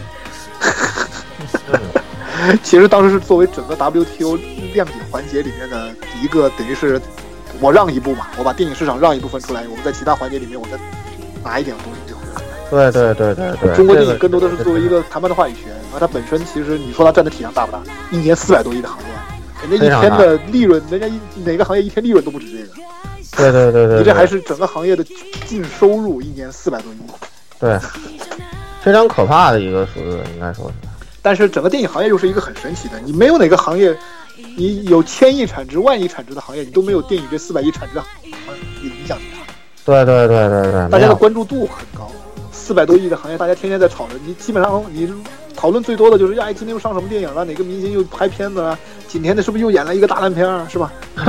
其实当时是作为整个 WTO 亮点环节里面的一个，等于是我让一步嘛，我把电影市场让一部分出来，我们在其他环节里面我再拿一点东西就好。 对， 中国电影更多的是作为一个谈判的话语权，而它本身其实你说它占的体量大不大？1年400多亿的行业，人家一天的利润，人家哪个行业一天利润都不止这个。 对， 你这还是整个行业的净收入1年400多亿。 对，非常可怕的一个数字，应该说是。 但是整个电影行业又是一个很神奇的，你没有哪个行业，你有1000亿产值、10000亿产值的行业，你都没有电影这400亿产值的行业影响力大。 对， 大家的关注度很高，400多亿的行业，大家天天在吵着，你基本上你讨论最多的就是今天又上什么电影了，哪个明星又拍片子了，今天的是不是又演了一个大烂片儿，是吧？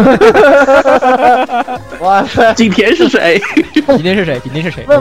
哇塞， 今天是谁？ 今天是谁？ 问，今天是谁？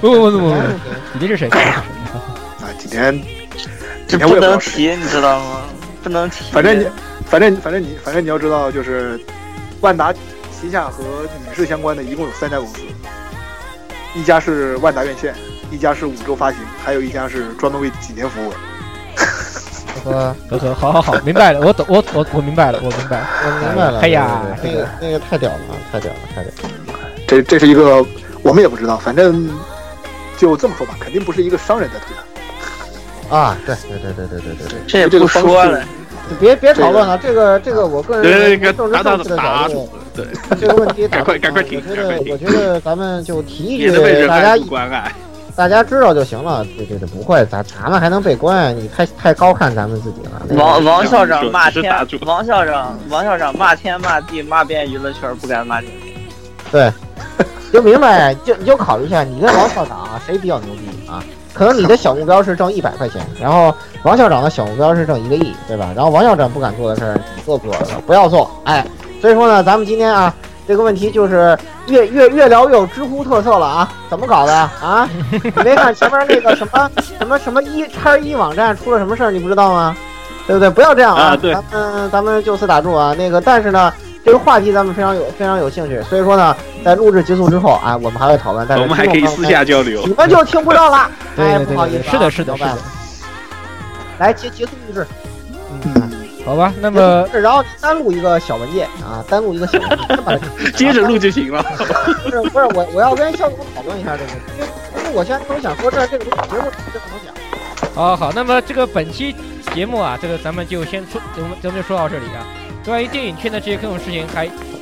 今天这不能提，你知道吗？不能提。 反正你要知道，就是万达旗下和影视相关的一共有3家公司，一家是万达院线，一家是5洲发行，还有一家是专门为景田服务的。 好，明白了，我明白了。哎呀， 那个太屌了，太屌了。 这是一个我们也不知道，反正就这么说吧，肯定不是一个商人在推的。 对， 这也不说了， 别讨论了，这个我个人政治正确的角度， 对这个问题赶快停！ 我觉得咱们就提一句，大家知道就行了。对，不会，咱们还能被关？你太高看咱们自己了。 王校长骂天，王校长骂天骂地骂遍娱乐圈，不敢骂经理。 对，就明白，你就考虑一下，你跟王校长谁比较牛逼啊？可能你的小目标是挣100块钱，然后王校长的小目标是挣1个亿，对吧？然后王校长不敢做的事儿，你做不做的？不要做，所以说呢，咱们今天这个问题就是越聊越有知乎特色了啊！怎么搞的啊？你没看前面那个什么1x1网站出了什么事儿，你不知道吗？对不对？不要这样啊！ 对， 咱们就此打住啊！但是呢，这个话题咱们非常有兴趣，所以说呢，在录制结束之后我们还会讨论，但是我们还可以私下交流， 你们就听不到了。 对， 不好意思， 是的。 来结束录制。 好吧，那么然后单录一个小文件， 接着录就行了。 不是，我要跟肖总讨论一下这个，因为我现在都想说这个东西节目这不能讲。 好，那么这个本期节目这个咱们就说到这里啊。关于电影圈的这些各种事情，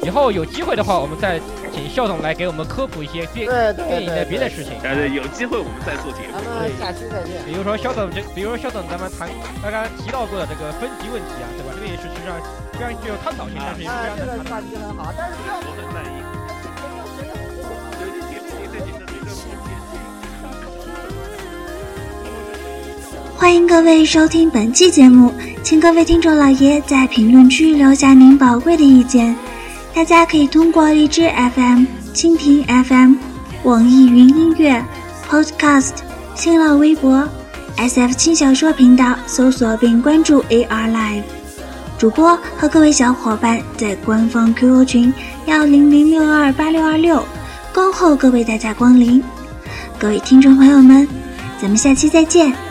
以后有机会的话，我们再请校总来给我们科普一些电影的别的事情。 有机会我们再做节目。 咱们下期再见。 比如说校总咱们刚刚提到过的这个分级问题啊，对吧？这个也是实际上非常具有探讨性，但是也是非常这个话题很好，但是我很在意。 欢迎各位收听本期节目，请各位听众老爷在评论区留下您宝贵的意见。大家可以通过荔枝 FM、蜻蜓 FM、网易云音乐、Podcast、新浪微博、SF 轻小说频道搜索并关注 AR Live。主播和各位小伙伴在官方 QQ 群10062866恭候各位大驾光临。各位听众朋友们，咱们下期再见。